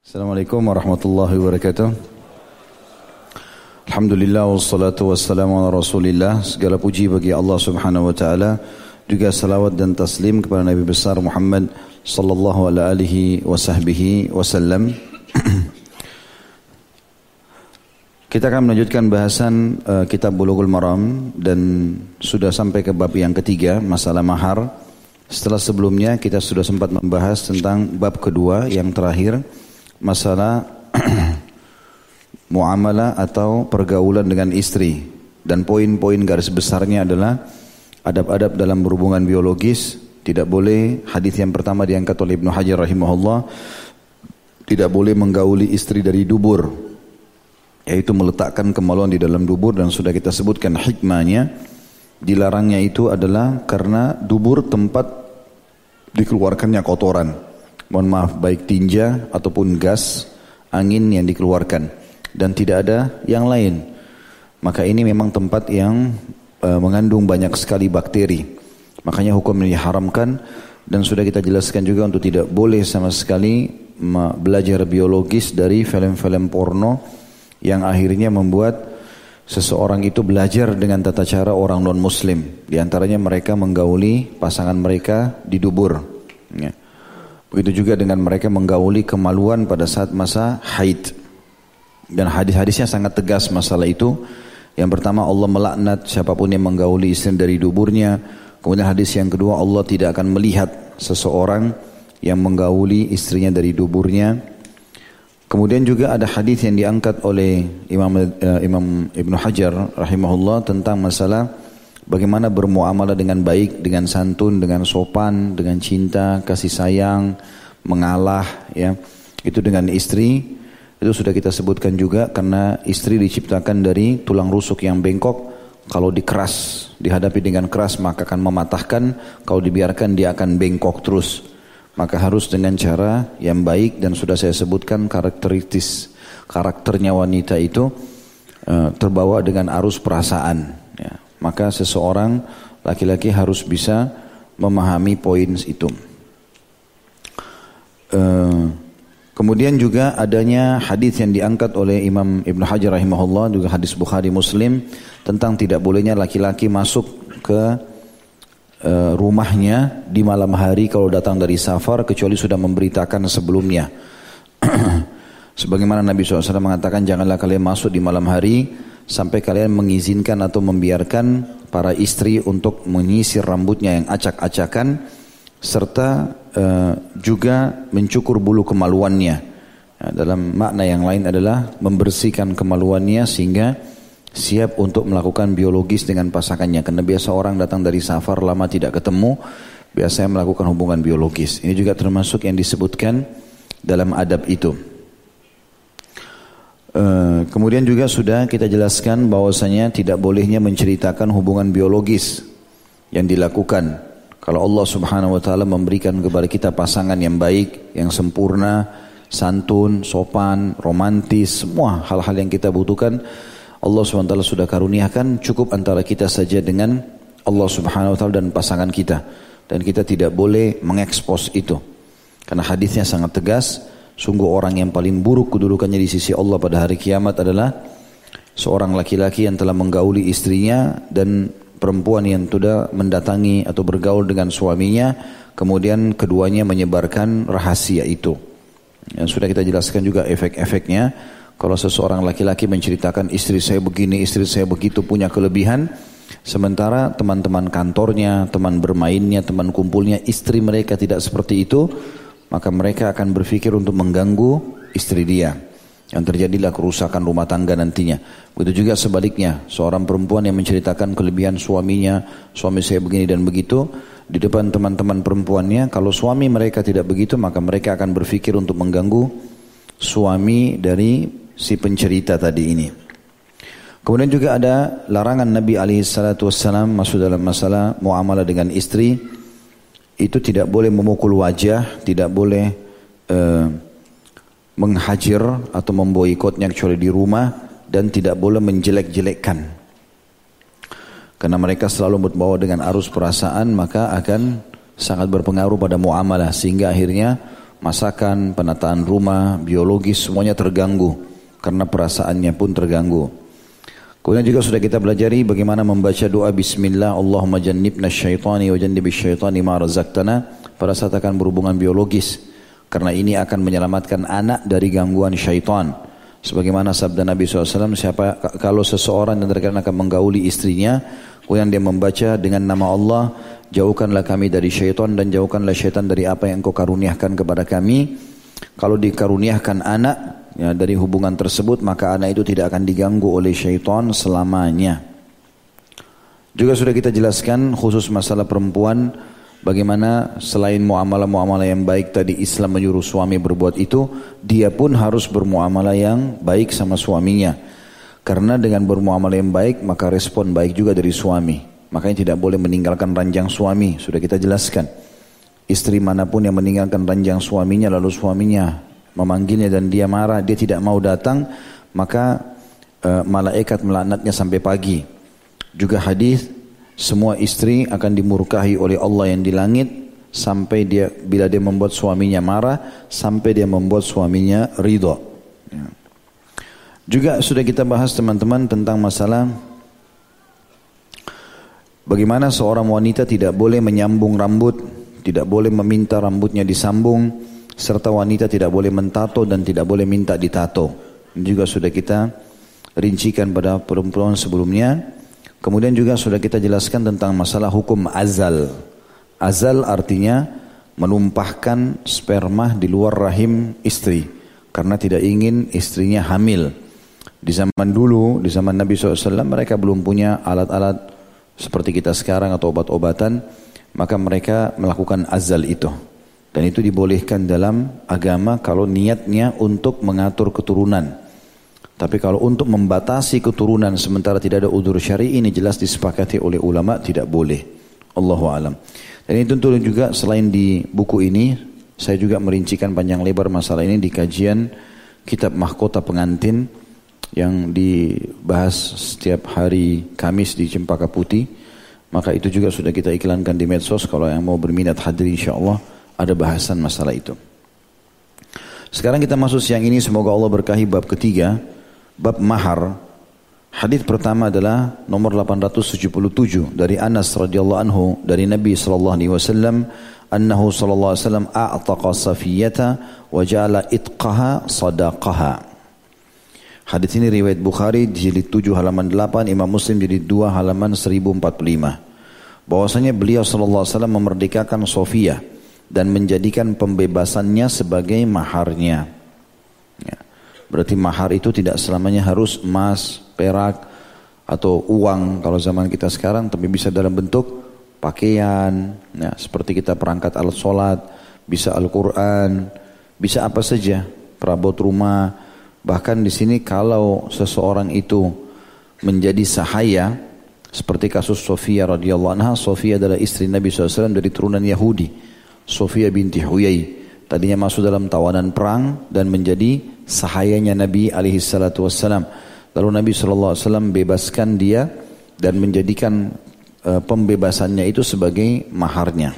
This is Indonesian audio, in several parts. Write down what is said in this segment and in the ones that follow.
Assalamualaikum warahmatullahi wabarakatuh. Alhamdulillah wassalatu wassalamu ala rasulillah. Segala puji bagi Allah subhanahu wa ta'ala. Juga salawat dan taslim kepada Nabi besar Muhammad sallallahu alaihi wasallam. Kita akan melanjutkan bahasan kitab Bulughul Maram dan sudah sampai ke bab yang ketiga, masalah mahar. Setelah sebelumnya kita sudah sempat membahas tentang bab kedua yang terakhir, masalah muamalah atau pergaulan dengan istri, dan poin-poin garis besarnya adalah adab-adab dalam berhubungan biologis. Tidak boleh, hadis yang pertama diangkat oleh Ibnu Hajar rahimahullah, tidak boleh menggauli istri dari dubur, yaitu meletakkan kemaluan di dalam dubur, dan sudah kita sebutkan hikmahnya. Dilarangnya itu adalah karena dubur tempat dikeluarkannya kotoran, mohon maaf, baik tinja ataupun gas angin yang dikeluarkan, dan tidak ada yang lain. Maka ini memang tempat yang mengandung banyak sekali bakteri. Makanya hukum ini diharamkan, dan sudah kita jelaskan juga untuk tidak boleh sama sekali belajar biologis dari film-film porno yang akhirnya membuat seseorang itu belajar dengan tata cara orang non-muslim. Di antaranya mereka menggauli pasangan mereka di dubur, ya. Begitu juga dengan mereka menggauli kemaluan pada saat masa haid. Dan hadis-hadisnya sangat tegas masalah itu. Yang pertama, Allah melaknat siapapun yang menggauli istri dari duburnya. Kemudian hadis yang kedua, Allah tidak akan melihat seseorang yang menggauli istrinya dari duburnya. Kemudian juga ada hadis yang diangkat oleh Imam Ibnu Hajar rahimahullah tentang masalah bagaimana bermuamalah dengan baik, dengan santun, dengan sopan, dengan cinta, kasih sayang, mengalah, ya. Itu dengan istri. Itu sudah kita sebutkan juga, karena istri diciptakan dari tulang rusuk yang bengkok. Kalau dikeras, dihadapi dengan keras maka akan mematahkan. Kalau dibiarkan dia akan bengkok terus. Maka harus dengan cara yang baik, dan sudah saya sebutkan karakternya wanita itu terbawa dengan arus perasaan, ya. Maka seseorang laki-laki harus bisa memahami poin itu. Kemudian juga adanya hadis yang diangkat oleh Imam Ibnu Hajar rahimahullah, juga hadis Bukhari Muslim, tentang tidak bolehnya laki-laki masuk ke rumahnya di malam hari kalau datang dari safar, kecuali sudah memberitakan sebelumnya. Sebagaimana Nabi SAW mengatakan, janganlah kalian masuk di malam hari sampai kalian mengizinkan atau membiarkan para istri untuk menyisir rambutnya yang acak-acakan, serta juga mencukur bulu kemaluannya. Nah, dalam makna yang lain adalah membersihkan kemaluannya sehingga siap untuk melakukan biologis dengan pasangannya. Karena biasa orang datang dari safar lama tidak ketemu, biasanya melakukan hubungan biologis. Ini juga termasuk yang disebutkan dalam adab itu. Kemudian juga sudah kita jelaskan bahwasanya tidak bolehnya menceritakan hubungan biologis yang dilakukan. Kalau Allah subhanahu wa ta'ala memberikan kepada kita pasangan yang baik, yang sempurna, santun, sopan, romantis, semua hal-hal yang kita butuhkan, Allah SWT sudah karuniakan, cukup antara kita saja dengan Allah Subhanahu Wa Taala dan pasangan kita, dan kita tidak boleh mengekspos itu, karena hadisnya sangat tegas. Sungguh orang yang paling buruk kedudukannya di sisi Allah pada hari kiamat adalah seorang laki-laki yang telah menggauli istrinya, dan perempuan yang sudah mendatangi atau bergaul dengan suaminya, kemudian keduanya menyebarkan rahasia itu. Yang sudah kita jelaskan juga efek-efeknya. Kalau seseorang laki-laki menceritakan istri saya begini, istri saya begitu, punya kelebihan, sementara teman-teman kantornya, teman bermainnya, teman kumpulnya, istri mereka tidak seperti itu, maka mereka akan berpikir untuk mengganggu istri dia. Yang terjadilah kerusakan rumah tangga nantinya. Begitu juga sebaliknya, seorang perempuan yang menceritakan kelebihan suaminya, suami saya begini dan begitu, di depan teman-teman perempuannya, kalau suami mereka tidak begitu, maka mereka akan berpikir untuk mengganggu suami dari si pencerita tadi ini. Kemudian juga ada larangan Nabi SAW masuk dalam masalah muamalah dengan istri. Itu tidak boleh memukul wajah, tidak boleh menghajir atau memboikotnya kecuali di rumah, dan tidak boleh menjelek-jelekkan. Karena mereka selalu berbawa dengan arus perasaan, maka akan sangat berpengaruh pada muamalah, sehingga akhirnya masakan, penataan rumah, biologis semuanya terganggu karena perasaannya pun terganggu. Kemudian juga sudah kita pelajari bagaimana membaca doa bismillah Allahumma jannibna syaitani wa jannibish syaitani ma razaqtana pada saat akan berhubungan biologis, karena ini akan menyelamatkan anak dari gangguan syaitan. Sebagaimana sabda Nabi SAW, kalau seseorang yang terkadang akan menggauli istrinya, kemudian dia membaca dengan nama Allah, jauhkanlah kami dari syaitan dan jauhkanlah syaitan dari apa yang engkau karuniakan kepada kami. Kalau dikaruniakan anak ya, dari hubungan tersebut, maka anak itu tidak akan diganggu oleh syaitan selamanya. Juga sudah kita jelaskan khusus masalah perempuan, bagaimana selain muamalah-muamalah yang baik tadi Islam menyuruh suami berbuat itu, dia pun harus bermuamalah yang baik sama suaminya. Karena dengan bermuamalah yang baik maka respon baik juga dari suami. Makanya tidak boleh meninggalkan ranjang suami, sudah kita jelaskan. Istri manapun yang meninggalkan ranjang suaminya lalu suaminya memanggilnya dan dia marah, dia tidak mau datang, maka malaikat melaknatnya sampai pagi. Juga hadis, semua istri akan dimurkahi oleh Allah yang di langit sampai bila dia membuat suaminya marah, sampai dia membuat suaminya ridha. Ya. Juga sudah kita bahas teman-teman tentang masalah bagaimana seorang wanita tidak boleh menyambung rambut, tidak boleh meminta rambutnya disambung, serta wanita tidak boleh mentato dan tidak boleh minta ditato. Ini juga sudah kita rincikan pada perempuan sebelumnya. Kemudian juga sudah kita jelaskan tentang masalah hukum azal. Azal artinya menumpahkan sperma di luar rahim istri karena tidak ingin istrinya hamil. Di zaman dulu, di zaman Nabi SAW, mereka belum punya alat-alat seperti kita sekarang atau obat-obatan, maka mereka melakukan azal itu. Dan itu dibolehkan dalam agama kalau niatnya untuk mengatur keturunan. Tapi kalau untuk membatasi keturunan sementara tidak ada udzur syar'i, ini jelas disepakati oleh ulama tidak boleh. Allahu a'lam. Dan ini tentu juga selain di buku ini, saya juga merincikan panjang lebar masalah ini di kajian kitab Mahkota Pengantin yang dibahas setiap hari Kamis di Cempaka Putih. Maka itu juga sudah kita iklankan di medsos, kalau yang mau berminat hadir insyaallah ada bahasan masalah itu. Sekarang kita masuk siang ini, semoga Allah berkahi bab ketiga. Bab mahar. Hadis pertama adalah nomor 877 dari Anas radhiyallahu anhu dari Nabi sallallahu alaihi wasallam, annahu sallallahu alaihi wasallam a'taqa Safiyata wa ja'ala itqaha sadaqaha. Hadis ini riwayat Bukhari di jilid 7 halaman 8, Imam Muslim jilid 2 halaman 1045. Bahwasanya beliau sallallahu alaihi wasallam memerdekakan Sofia dan menjadikan pembebasannya sebagai maharnya. Ya. Berarti mahar itu tidak selamanya harus emas, perak, atau uang kalau zaman kita sekarang, tapi bisa dalam bentuk pakaian, ya, seperti kita perangkat alat sholat, bisa Al-Quran, bisa apa saja, perabot rumah. Bahkan di sini kalau seseorang itu menjadi sahaya, seperti kasus Sofia radhiyallahu anha. Sofia adalah istri Nabi SAW dari turunan Yahudi, Sofia binti Huyai. Tadinya masuk dalam tawanan perang dan menjadi sahayanya Nabi SAW. Lalu Nabi SAW bebaskan dia dan menjadikan pembebasannya itu sebagai maharnya.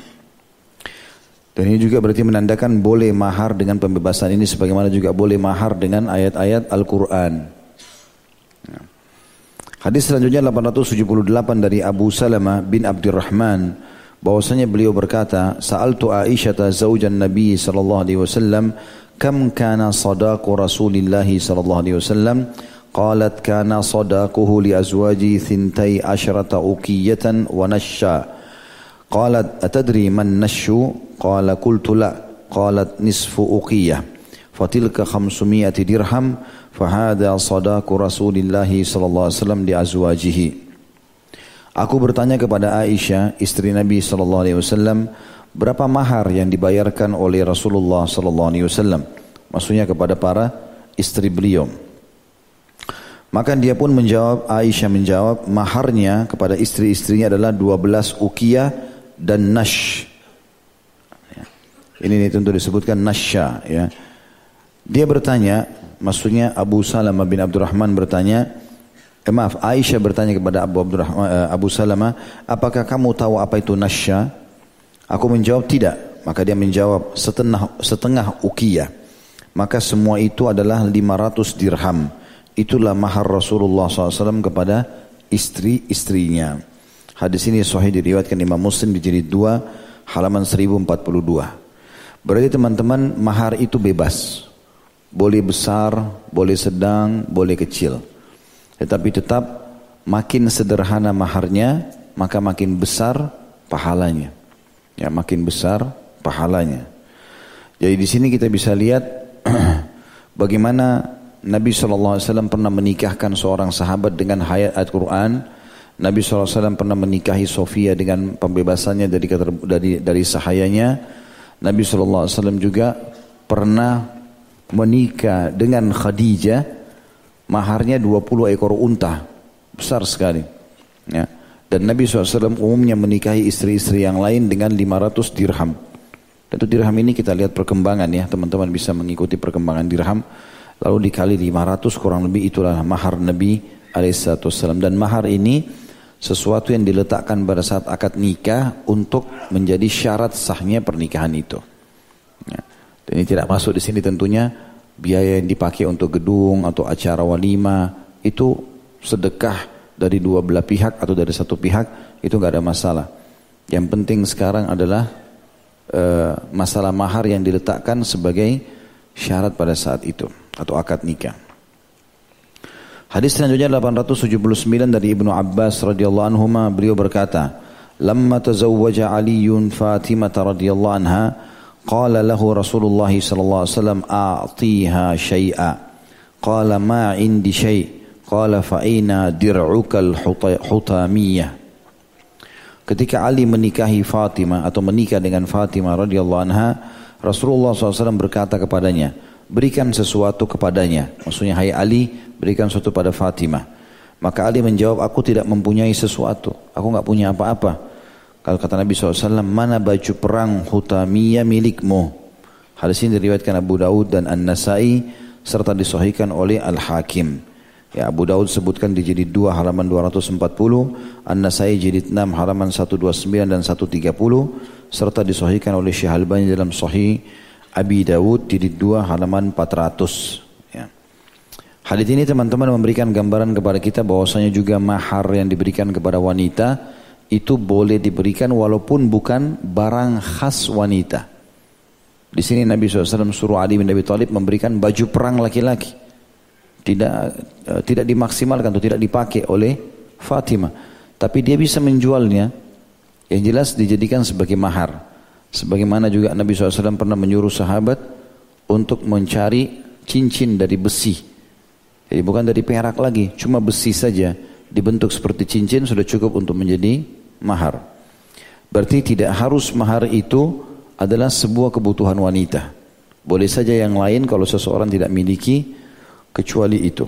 Dan ini juga berarti menandakan boleh mahar dengan pembebasan ini, sebagaimana juga boleh mahar dengan ayat-ayat Al-Quran. Hadis selanjutnya 878 dari Abu Salamah bin Abdurrahman, bahwasanya beliau berkata, sa'altu Aisyata zaujan Nabi sallallahu alaihi wasallam, kam kana sadaqu Rasulillah sallallahu alaihi wasallam? Qalat kana sadaquhu li azwaji 12 uqiyatan wa nashsha. Qalat atadri man nashshu? Qala qultu la. Qalat nisfu uqiyah. Fatilka 500 dirham. Fahada sadaqu Rasulillah sallallahu alaihi wasallam li azwajihi. Aku bertanya kepada Aisyah, istri Nabi sallallahu alaihi wasallam, berapa mahar yang dibayarkan oleh Rasulullah sallallahu alaihi wasallam? Maksudnya kepada para istri beliau. Maka dia pun menjawab, Aisyah menjawab, maharnya kepada istri-istrinya adalah 12 uqiyah dan nash. Ini tentu disebutkan nashya, ya. Dia bertanya, maksudnya Abu Salamah bin Abdurrahman bertanya, Aisyah bertanya kepada Abu Salamah, apakah kamu tahu apa itu nashya? Aku menjawab tidak. Maka dia menjawab, setengah uqiyah. Maka semua itu adalah 500 dirham. Itulah mahar Rasulullah SAW kepada istri-istrinya. Hadis ini sahih diriwayatkan Imam Muslim di jilid 2 halaman 1042. Berarti teman-teman, mahar itu bebas. Boleh besar, boleh sedang, boleh kecil. Tetapi tetap makin sederhana maharnya, maka makin besar pahalanya. Ya, makin besar pahalanya. Jadi di sini kita bisa lihat bagaimana Nabi SAW pernah menikahkan seorang sahabat dengan ayat Quran. Nabi SAW pernah menikahi Sofia dengan pembebasannya dari sahayanya. Nabi SAW juga pernah menikah dengan Khadijah, maharnya 20 ekor unta, besar sekali. Ya. Dan Nabi SAW umumnya menikahi istri-istri yang lain dengan 500 dirham. Tentu dirham ini kita lihat perkembangan ya, teman-teman bisa mengikuti perkembangan dirham. Lalu dikali 500 kurang lebih itulah mahar Nabi SAW. Dan mahar ini sesuatu yang diletakkan pada saat akad nikah untuk menjadi syarat sahnya pernikahan itu. Ya. Dan ini tidak masuk di sini tentunya biaya yang dipakai untuk gedung atau acara walimah, itu sedekah dari dua belah pihak atau dari satu pihak, itu nggak ada masalah. Yang penting sekarang adalah masalah mahar yang diletakkan sebagai syarat pada saat itu atau akad nikah. Hadis selanjutnya 879 dari Ibnu Abbas radhiyallahu anhuma, beliau berkata, "Lamma tazawwaja Aliun Fatimah radhiyallahu anha, qala lahu Rasulullah sallallahu alaihi wasallam a'tiha syai'a. Qala ma 'indi syai'. Qala fa aina dir'uka al-hutamiyah." Ketika Ali menikahi Fatimah atau menikah dengan Fatimah radhiyallahu anha, Rasulullah SAW berkata kepadanya, "Berikan sesuatu kepadanya." Maksudnya, hai Ali, berikan sesuatu pada Fatimah. Maka Ali menjawab, "Aku tidak mempunyai sesuatu. Aku enggak punya apa-apa." Kalau kata Nabi SAW, "Mana baju perang hutamiyah milikmu?" Hadis ini diriwayatkan Abu Daud dan An-Nasai serta disahihkan oleh Al-Hakim. Ya, Abu Daud sebutkan di jilid 2 halaman 240, An-Nasai jilid 6 halaman 129 dan 130, serta disahihkan oleh Syekh Albani dalam Sahih Abi Daud jilid 2 halaman 400. Ya. Hadis ini teman-teman memberikan gambaran kepada kita bahwasanya juga mahar yang diberikan kepada wanita itu boleh diberikan walaupun bukan barang khas wanita. Di sini Nabi SAW suruh Ali bin Abi Thalib memberikan baju perang laki-laki. Tidak dimaksimalkan atau tidak dipakai oleh Fatimah, tapi dia bisa menjualnya, yang jelas dijadikan sebagai mahar. Sebagaimana juga Nabi SAW pernah menyuruh sahabat untuk mencari cincin dari besi, jadi bukan dari perak lagi, cuma besi saja dibentuk seperti cincin sudah cukup untuk menjadi mahar. Berarti tidak harus mahar itu adalah sebuah kebutuhan wanita, boleh saja yang lain kalau seseorang tidak miliki kecuali itu.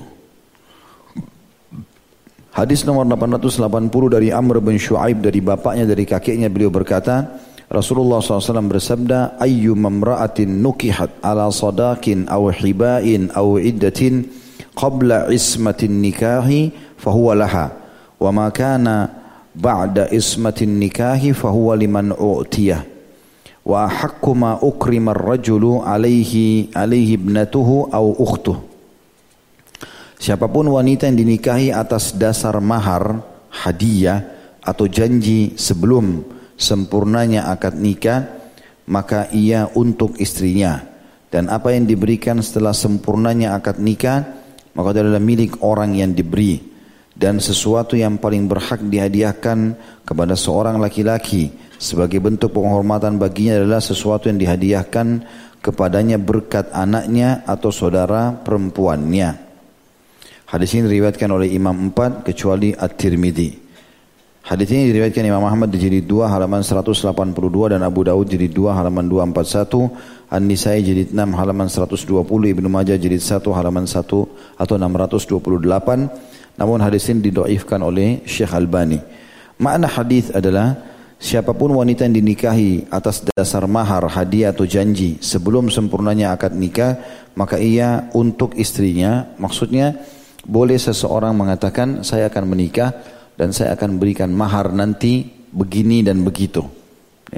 Hadis nomor 880 dari Amr bin Shu'aib dari bapaknya dari kakeknya, beliau berkata, Rasulullah SAW bersabda, "Ayyu mamra'atin nukihat ala sadaqin aw hibain aw iddatin qabla ismatin nikahi fahuwa laha wa ma kana ba'da ismatin nikahi fahuwa liman u'tiyah wa haqqu ma ukrima ar-rajulu alaihi ibnatuhu aw ukhtuh." Siapapun wanita yang dinikahi atas dasar mahar, hadiah atau janji sebelum sempurnanya akad nikah, maka ia untuk istrinya. Dan apa yang diberikan setelah sempurnanya akad nikah, maka itu adalah milik orang yang diberi. Dan sesuatu yang paling berhak dihadiahkan kepada seorang laki-laki sebagai bentuk penghormatan baginya adalah sesuatu yang dihadiahkan kepadanya berkat anaknya atau saudara perempuannya. Hadis ini diriwayatkan oleh Imam 4 kecuali At-Tirmidzi. Hadis ini diriwayatkan Imam Ahmad di jilid 2 halaman 182 dan Abu Daud jilid 2 halaman 241, An-Nisai jilid 6 halaman 120, Ibnu Majah jilid 1 halaman 1 atau 628. Namun hadis ini didhaifkan oleh Syekh Albani. Makna hadis adalah siapapun wanita yang dinikahi atas dasar mahar, hadiah atau janji sebelum sempurnanya akad nikah, maka ia untuk istrinya. Maksudnya boleh seseorang mengatakan, saya akan menikah dan saya akan berikan mahar nanti begini dan begitu. Ya,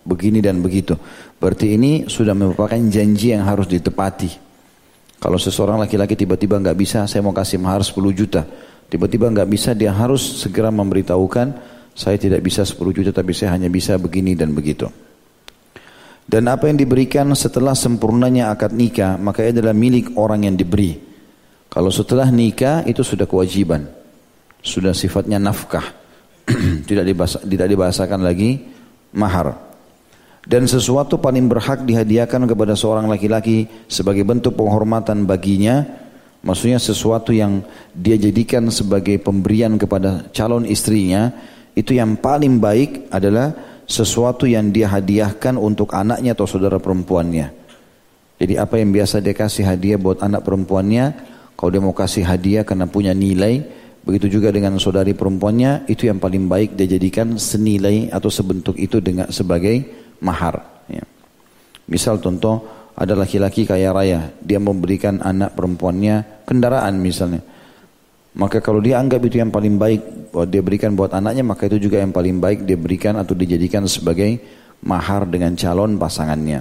begini dan begitu. Berarti ini sudah merupakan janji yang harus ditepati. Kalau seseorang laki-laki tiba-tiba nggak bisa, saya mau kasih mahar 10 juta. Tiba-tiba nggak bisa, dia harus segera memberitahukan, saya tidak bisa 10 juta tapi saya hanya bisa begini dan begitu. Dan apa yang diberikan setelah sempurnanya akad nikah, maka itu adalah milik orang yang diberi. Kalau setelah nikah itu sudah kewajiban, sudah sifatnya nafkah, tidak dibahasakan lagi mahar. Dan sesuatu paling berhak dihadiahkan kepada seorang laki-laki sebagai bentuk penghormatan baginya, maksudnya sesuatu yang dia jadikan sebagai pemberian kepada calon istrinya, itu yang paling baik adalah sesuatu yang dia hadiahkan untuk anaknya atau saudara perempuannya. Jadi apa yang biasa dia kasih hadiah buat anak perempuannya, kalau dia mau kasih hadiah karena punya nilai, begitu juga dengan saudari perempuannya, itu yang paling baik dia jadikan senilai atau sebentuk itu dengan sebagai mahar. Ya. Misal contoh, ada laki-laki kaya raya, dia memberikan anak perempuannya kendaraan misalnya. Maka kalau dia anggap itu yang paling baik buat dia berikan buat anaknya, maka itu juga yang paling baik dia berikan atau dijadikan sebagai mahar dengan calon pasangannya.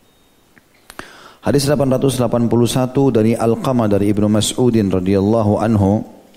Hadis 881 dari Alqamah dari Ibnu Mas'udin radhiyallahu anhu,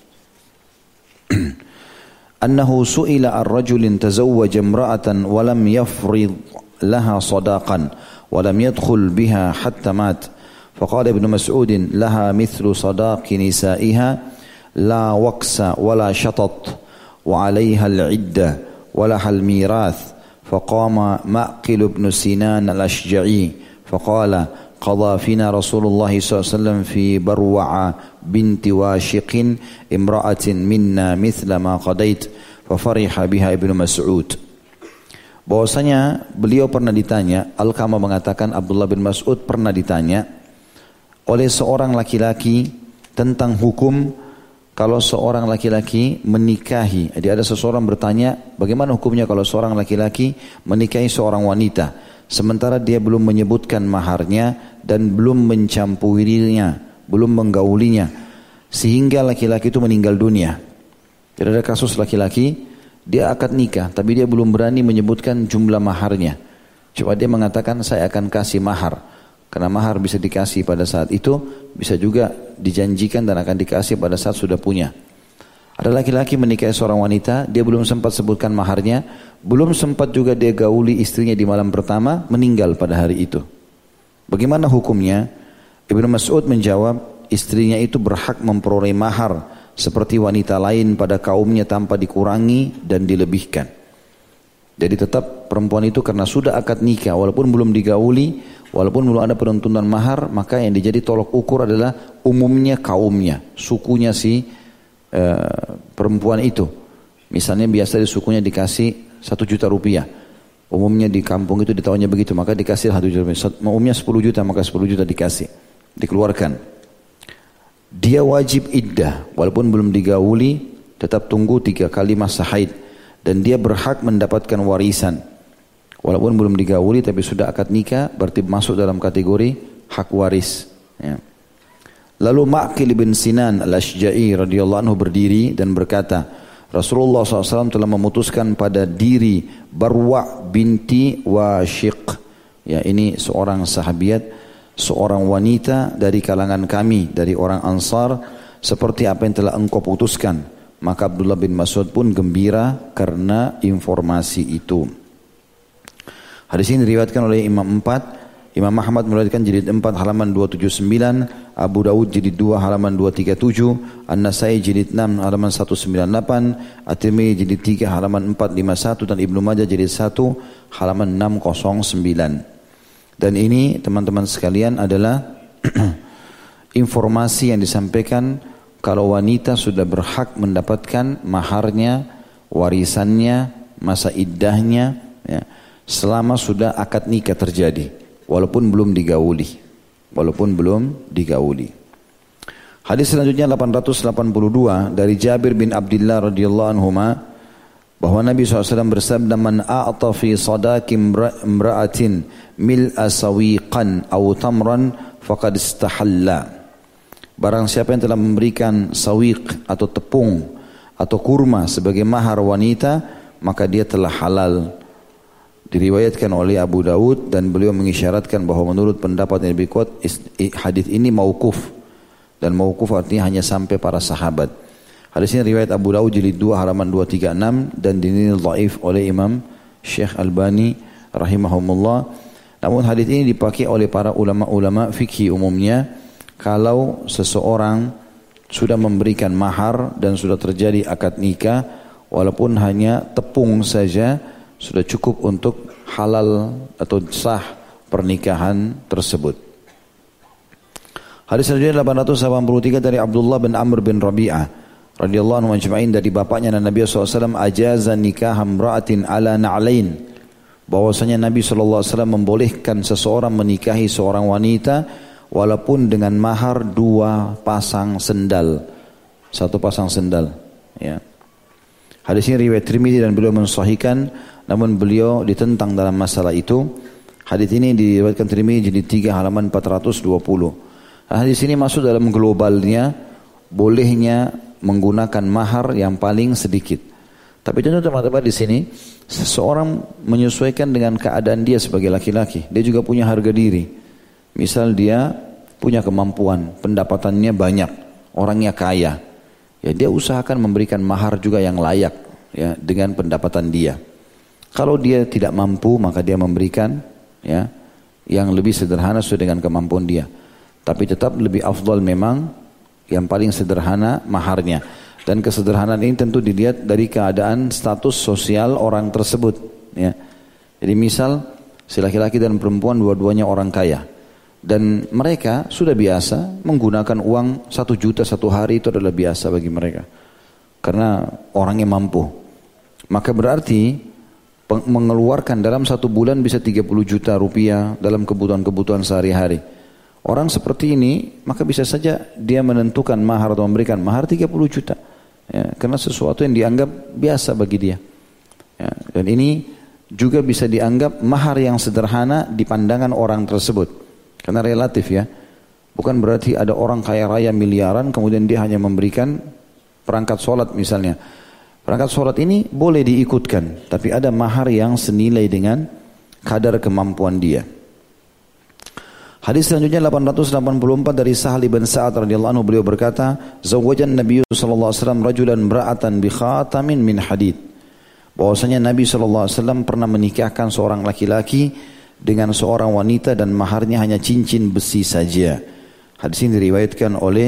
annahu su'ila ar-rajulin tazawwaja imra'atan wa lam yafrid laha sadaqan wa lam yadkhul biha hatta mat. Faqala Ibnu Mas'udin laha mithlu sadaqi nisa'iha la waqsa wa la shatat wa 'alayha al-'iddah wa laha al-mirath. Faqama Ma'qil ibn Sinan al-Ashja'i faqala qadha fina Rasulullah SAW fi Barwa'a binti Washiqin imra'atin minna mithla ma qadait fa fariha biha Ibnu Mas'ud. Bahwasanya beliau pernah ditanya, Alqamah mengatakan Abdullah bin Mas'ud pernah ditanya oleh seorang laki-laki tentang hukum kalau seorang laki-laki menikahi. Jadi ada seseorang bertanya, bagaimana hukumnya kalau seorang laki-laki menikahi seorang wanita sementara dia belum menyebutkan maharnya dan belum mencampurinya, belum menggaulinya, sehingga laki-laki itu meninggal dunia. Jadi ada kasus laki-laki, dia akad nikah, tapi dia belum berani menyebutkan jumlah maharnya. Cuma dia mengatakan saya akan kasih mahar. Karena mahar bisa dikasih pada saat itu, bisa juga dijanjikan dan akan dikasih pada saat sudah punya. Ada laki-laki menikahi seorang wanita, dia belum sempat sebutkan maharnya, belum sempat juga dia gauli istrinya di malam pertama, meninggal pada hari itu. Bagaimana hukumnya? Ibnu Mas'ud menjawab, istrinya itu berhak memperoleh mahar seperti wanita lain pada kaumnya tanpa dikurangi dan dilebihkan. Jadi tetap perempuan itu karena sudah akad nikah, walaupun belum digauli, walaupun belum ada penentuan mahar, maka yang dijadi tolok ukur adalah umumnya kaumnya, sukunya si perempuan itu. Misalnya biasa di sukunya dikasih 1 juta rupiah. Umumnya di kampung itu ditawanya begitu, maka dikasih 1 juta rupiah. Umumnya 10 juta, maka 10 juta dikasih, dikeluarkan. Dia wajib iddah, walaupun belum digauli, tetap tunggu 3 kali masa haid. Dan dia berhak mendapatkan warisan. Walaupun belum digauli, tapi sudah akad nikah, berarti masuk dalam kategori hak waris. Ya. Lalu Ma'qil bin Sinan al-Ashja'i radhiyallahu anhu berdiri dan berkata, Rasulullah SAW telah memutuskan pada diri Barwa' binti Washiq. Ya, ini seorang sahabiat, seorang wanita dari kalangan kami, dari orang Ansar, seperti apa yang telah engkau putuskan. Maka Abdullah bin Mas'ud pun gembira karena informasi itu. Hadis ini diriwayatkan oleh Imam 4. Imam Ahmad meriwayatkan jilid 4 halaman 279, Abu Dawud jilid 2 halaman 237, An-Nasai jilid 6 halaman 198, At-Tirmidzi jilid 3 halaman 451 dan Ibnu Majah jilid 1 halaman 609. Dan ini teman-teman sekalian adalah informasi yang disampaikan kalau wanita sudah berhak mendapatkan maharnya, warisannya, masa iddahnya, ya, selama sudah akad nikah terjadi, walaupun belum digauli. Hadis selanjutnya 882 dari Jabir bin Abdullah radhiyallahu anhuma, bahwa Nabi SAW bersabda, man a'ta fi sadaqi imra'atin mil'a sawiqan aw tamran faqad istahalla. Barang siapa yang telah memberikan sawiq atau tepung atau kurma sebagai mahar wanita, maka dia telah halal. Diriwayatkan oleh Abu Daud dan beliau mengisyaratkan bahwa menurut pendapat yang lebih kuat hadis ini mauquf, dan mauquf artinya hanya sampai para sahabat. Hadis ini riwayat Abu Daud jilid 2 halaman 236 dan dinilai dhaif oleh Imam Syekh Albani rahimahumullah. Namun hadis ini dipakai oleh para ulama-ulama fikih umumnya kalau seseorang sudah memberikan mahar dan sudah terjadi akad nikah, walaupun hanya tepung saja sudah cukup untuk halal atau sah pernikahan tersebut. Hadis selanjutnya 883 dari Abdullah bin Amr bin Rabi'ah radhiyallahu anhu majma'in, dari bapaknya dan Nabi SAW, ajaza nikah imra'atin ala na'lain, bahwasanya Nabi SAW membolehkan seseorang menikahi seorang wanita walaupun dengan mahar 2 pasang sendal, 1 pasang sendal, ya. Hadis ini riwayat Tirmidzi dan beliau mensahihkan, namun beliau ditentang dalam masalah itu. Hadis ini diriwayatkan Tirmidzi jilid 3 halaman 420. Hadis ini masuk dalam globalnya bolehnya menggunakan mahar yang paling sedikit. Tapi tentu teman-teman di sini seseorang menyesuaikan dengan keadaan dia sebagai laki-laki. Dia juga punya harga diri. Misal dia punya kemampuan, pendapatannya banyak, orangnya kaya, ya dia usahakan memberikan mahar juga yang layak, ya, dengan pendapatan dia. Kalau dia tidak mampu, maka dia memberikan, ya, yang lebih sederhana sesuai dengan kemampuan dia. Tapi tetap lebih afdal memang yang paling sederhana maharnya. Dan kesederhanaan ini tentu dilihat dari keadaan status sosial orang tersebut, ya. Jadi misal si laki-laki dan perempuan dua-duanya orang kaya, dan mereka sudah biasa menggunakan uang 1 juta 1 hari, itu adalah biasa bagi mereka. Karena orangnya mampu. Maka berarti mengeluarkan dalam 1 bulan bisa 30 juta rupiah dalam kebutuhan-kebutuhan sehari-hari. Orang seperti ini, maka bisa saja dia menentukan mahar atau memberikan mahar 30 juta. Ya, karena sesuatu yang dianggap biasa bagi dia. Ya, dan ini juga bisa dianggap mahar yang sederhana di pandangan orang tersebut. Karena relatif, ya. Bukan berarti ada orang kaya raya miliaran kemudian dia hanya memberikan perangkat sholat misalnya. Perangkat sholat ini boleh diikutkan, tapi ada mahar yang senilai dengan kadar kemampuan dia. Hadis selanjutnya 884 dari Sahal bin Sa'ad radhiyallahu anhu, beliau berkata, "Zawwajan Nabi sallallahu alaihi wasallam rajulan imra'atan bi khatamin min hadid." Bahwasanya Nabi sallallahu alaihi wasallam pernah menikahkan seorang laki-laki dengan seorang wanita dan maharnya hanya cincin besi saja. Hadis ini diriwayatkan oleh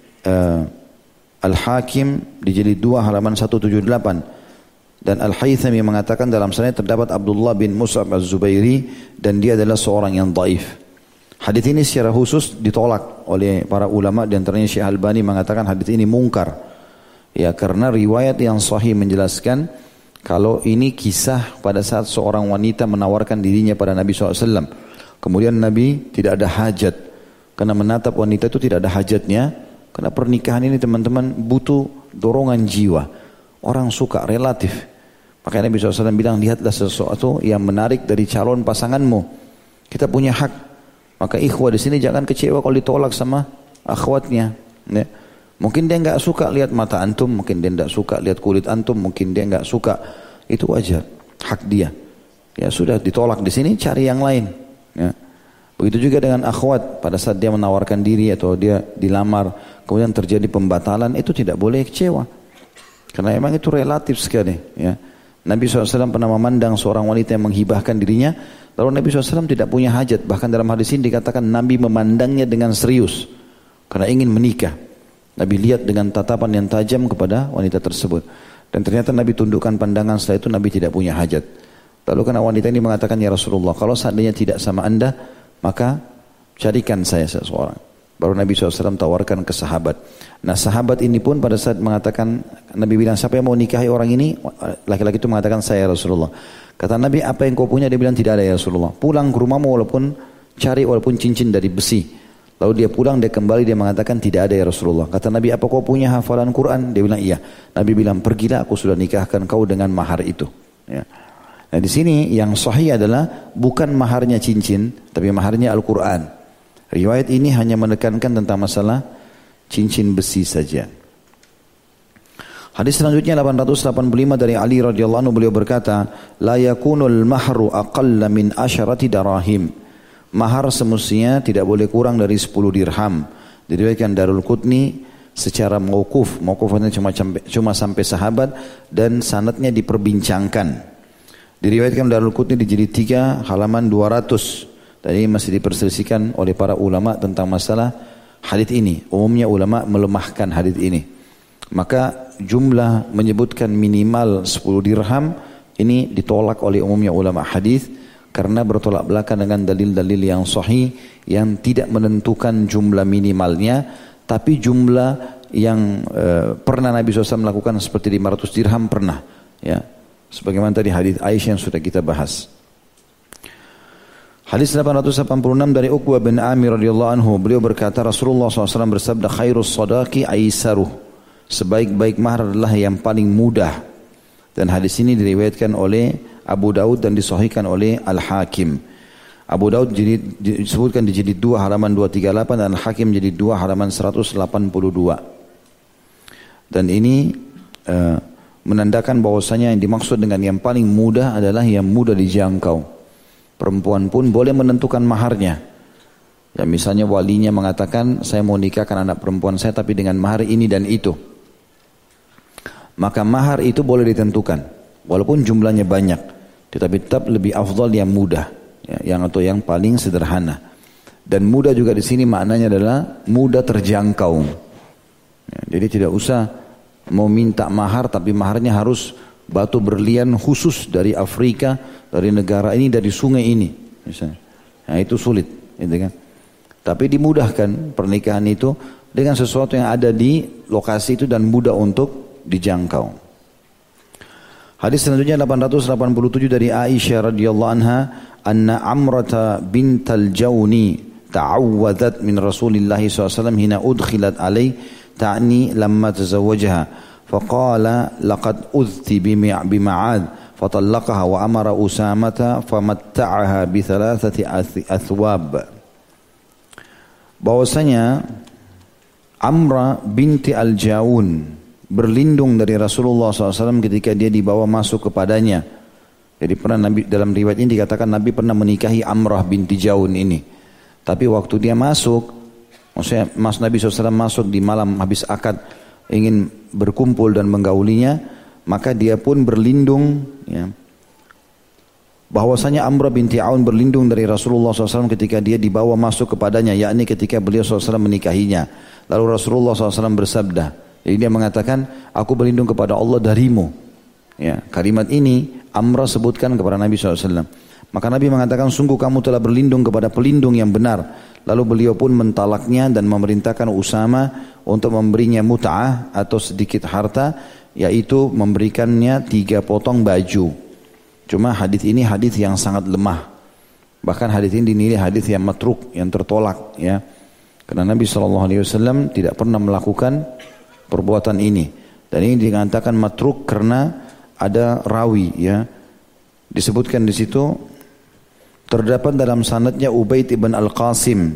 Al-Hakim di jilid 2 halaman 178, dan Al-Haythami mengatakan dalam sanad terdapat Abdullah bin Mus'ab Az-Zubairi dan dia adalah seorang yang dhaif. Hadis ini secara khusus ditolak oleh para ulama, di antaranya Syekh Albani mengatakan hadis ini mungkar. Ya, karena riwayat yang sahih menjelaskan kalau ini kisah pada saat seorang wanita menawarkan dirinya pada Nabi SAW. Kemudian Nabi tidak ada hajat. Karena menatap wanita itu tidak ada hajatnya. Karena pernikahan ini teman-teman butuh dorongan jiwa. Orang suka relatif. Makanya Nabi SAW bilang, lihatlah sesuatu yang menarik dari calon pasanganmu. Kita punya hak. Maka ikhwah di sini jangan kecewa kalau ditolak sama akhwatnya. Ya. Mungkin dia enggak suka lihat mata antum, mungkin dia enggak suka lihat kulit antum, mungkin dia enggak suka. Itu wajar, hak dia. Ya sudah, ditolak di sini, cari yang lain. Ya. Begitu juga dengan akhwat, pada saat dia menawarkan diri atau dia dilamar, kemudian terjadi pembatalan, itu tidak boleh kecewa. Karena memang itu relatif sekali. Ya. Nabi SAW pernah memandang seorang wanita yang menghibahkan dirinya, lalu Nabi SAW tidak punya hajat. Bahkan dalam hadis ini dikatakan Nabi memandangnya dengan serius, karena ingin menikah. Nabi lihat dengan tatapan yang tajam kepada wanita tersebut. Dan ternyata Nabi tundukkan pandangan, setelah itu Nabi tidak punya hajat. Lalu karena wanita ini mengatakan, ya Rasulullah, kalau seandainya tidak sama anda, maka carikan saya seseorang. Baru Nabi SAW tawarkan ke sahabat. Nah sahabat ini pun pada saat mengatakan, Nabi bilang, siapa yang mau nikahi orang ini? Laki-laki itu mengatakan, saya Rasulullah. Kata Nabi, apa yang kau punya? Dia bilang, tidak ada ya Rasulullah. Pulang ke rumahmu walaupun cincin dari besi. Lalu dia pulang, dia kembali, dia mengatakan tidak ada ya Rasulullah. Kata Nabi, apa kau punya hafalan Quran? Dia bilang iya. Nabi bilang, pergilah, aku sudah nikahkan kau dengan mahar itu. Ya. Nah di sini yang sahih adalah bukan maharnya cincin, tapi maharnya Al-Quran. Riwayat ini hanya menekankan tentang masalah cincin besi saja. Hadis selanjutnya 885 dari Ali radhiyallahu anhu, beliau berkata, la yakunul mahru aqalla min asyarati darahim. Mahar semestinya tidak boleh kurang dari 10 dirham. Diriwayatkan Darul Qutni secara mauquf. Mauqufnya cuma sampai sahabat dan sanadnya diperbincangkan. Diriwayatkan Darul Qutni di jilid 3 halaman 200. Dan ini masih diperselisihkan oleh para ulama tentang masalah hadis ini. Umumnya ulama melemahkan hadis ini. Maka jumlah menyebutkan minimal 10 dirham ini ditolak oleh umumnya ulama hadis karena bertolak belakang dengan dalil-dalil yang sahih yang tidak menentukan jumlah minimalnya, tapi jumlah yang pernah Nabi SAW melakukan seperti 500 dirham pernah, ya. Sebagaimana tadi hadis Aisyah yang sudah kita bahas. Hadis 886 dari Uqbah bin Amir radhiyallahu anhu, beliau berkata Rasulullah SAW bersabda, khairus sadaqi aisaruh. Sebaik-baik mahar adalah yang paling mudah. Dan hadis ini diriwayatkan oleh Abu Daud dan disahihkan oleh Al-Hakim. Abu Daud disebutkan di jilid 2 halaman 238 dan Al-Hakim jilid 2 halaman 182. Dan ini menandakan bahwasanya yang dimaksud dengan yang paling mudah adalah yang mudah dijangkau. Perempuan pun boleh menentukan maharnya. Ya, misalnya walinya mengatakan saya mau nikahkan anak perempuan saya tapi dengan mahar ini dan itu. Maka mahar itu boleh ditentukan walaupun jumlahnya banyak, tetapi tetap lebih afdal yang mudah, ya, yang paling sederhana. Dan mudah juga di sini maknanya adalah mudah terjangkau. Ya, jadi tidak usah mau minta mahar tapi maharnya harus batu berlian khusus dari Afrika, dari negara ini, dari sungai ini misalnya. Nah, itu sulit, gitu kan. Tapi dimudahkan pernikahan itu dengan sesuatu yang ada di lokasi itu dan mudah untuk dijangkau. Hadis selanjutnya 887 dari Aisyah radhiyallahu anha, anna Amrata bintal Jawni ta'awwadat min Rasulillah SAW hina udkhilat alaih ta'ni lamma tazawwajaha faqala laqad udhti bima'ad fatallaqaha wa amara Usamata famatta'aha bi thalathati athwab. Bahwasanya Amrah binti Al-Jaun berlindung dari Rasulullah SAW ketika dia dibawa masuk kepadanya. Jadi pernah Nabi, dalam riwayat ini dikatakan Nabi pernah menikahi Amrah binti Jaun ini. Tapi waktu dia masuk, maksudnya Nabi SAW masuk di malam habis akad ingin berkumpul dan menggaulinya, maka dia pun berlindung, ya. Bahwasanya Amrah binti Aun berlindung dari Rasulullah SAW ketika dia dibawa masuk kepadanya, yakni ketika beliau SAW menikahinya. Lalu Rasulullah SAW bersabda, jadi dia mengatakan, aku berlindung kepada Allah darimu. Ya, kalimat ini Amrah sebutkan kepada Nabi SAW. Maka Nabi mengatakan, sungguh kamu telah berlindung kepada pelindung yang benar. Lalu beliau pun mentalaknya dan memerintahkan Usama untuk memberinya mut'ah atau sedikit harta, yaitu memberikannya 3 potong baju. Cuma hadis ini hadis yang sangat lemah. Bahkan hadis ini dinilai hadis yang matruk, yang tertolak, ya. Karena Nabi SAW tidak pernah melakukan perbuatan ini. Dan ini dikatakan matruk karena ada rawi, ya. Disebutkan di situ terdapat dalam sanadnya Ubaid ibn Al-Qasim.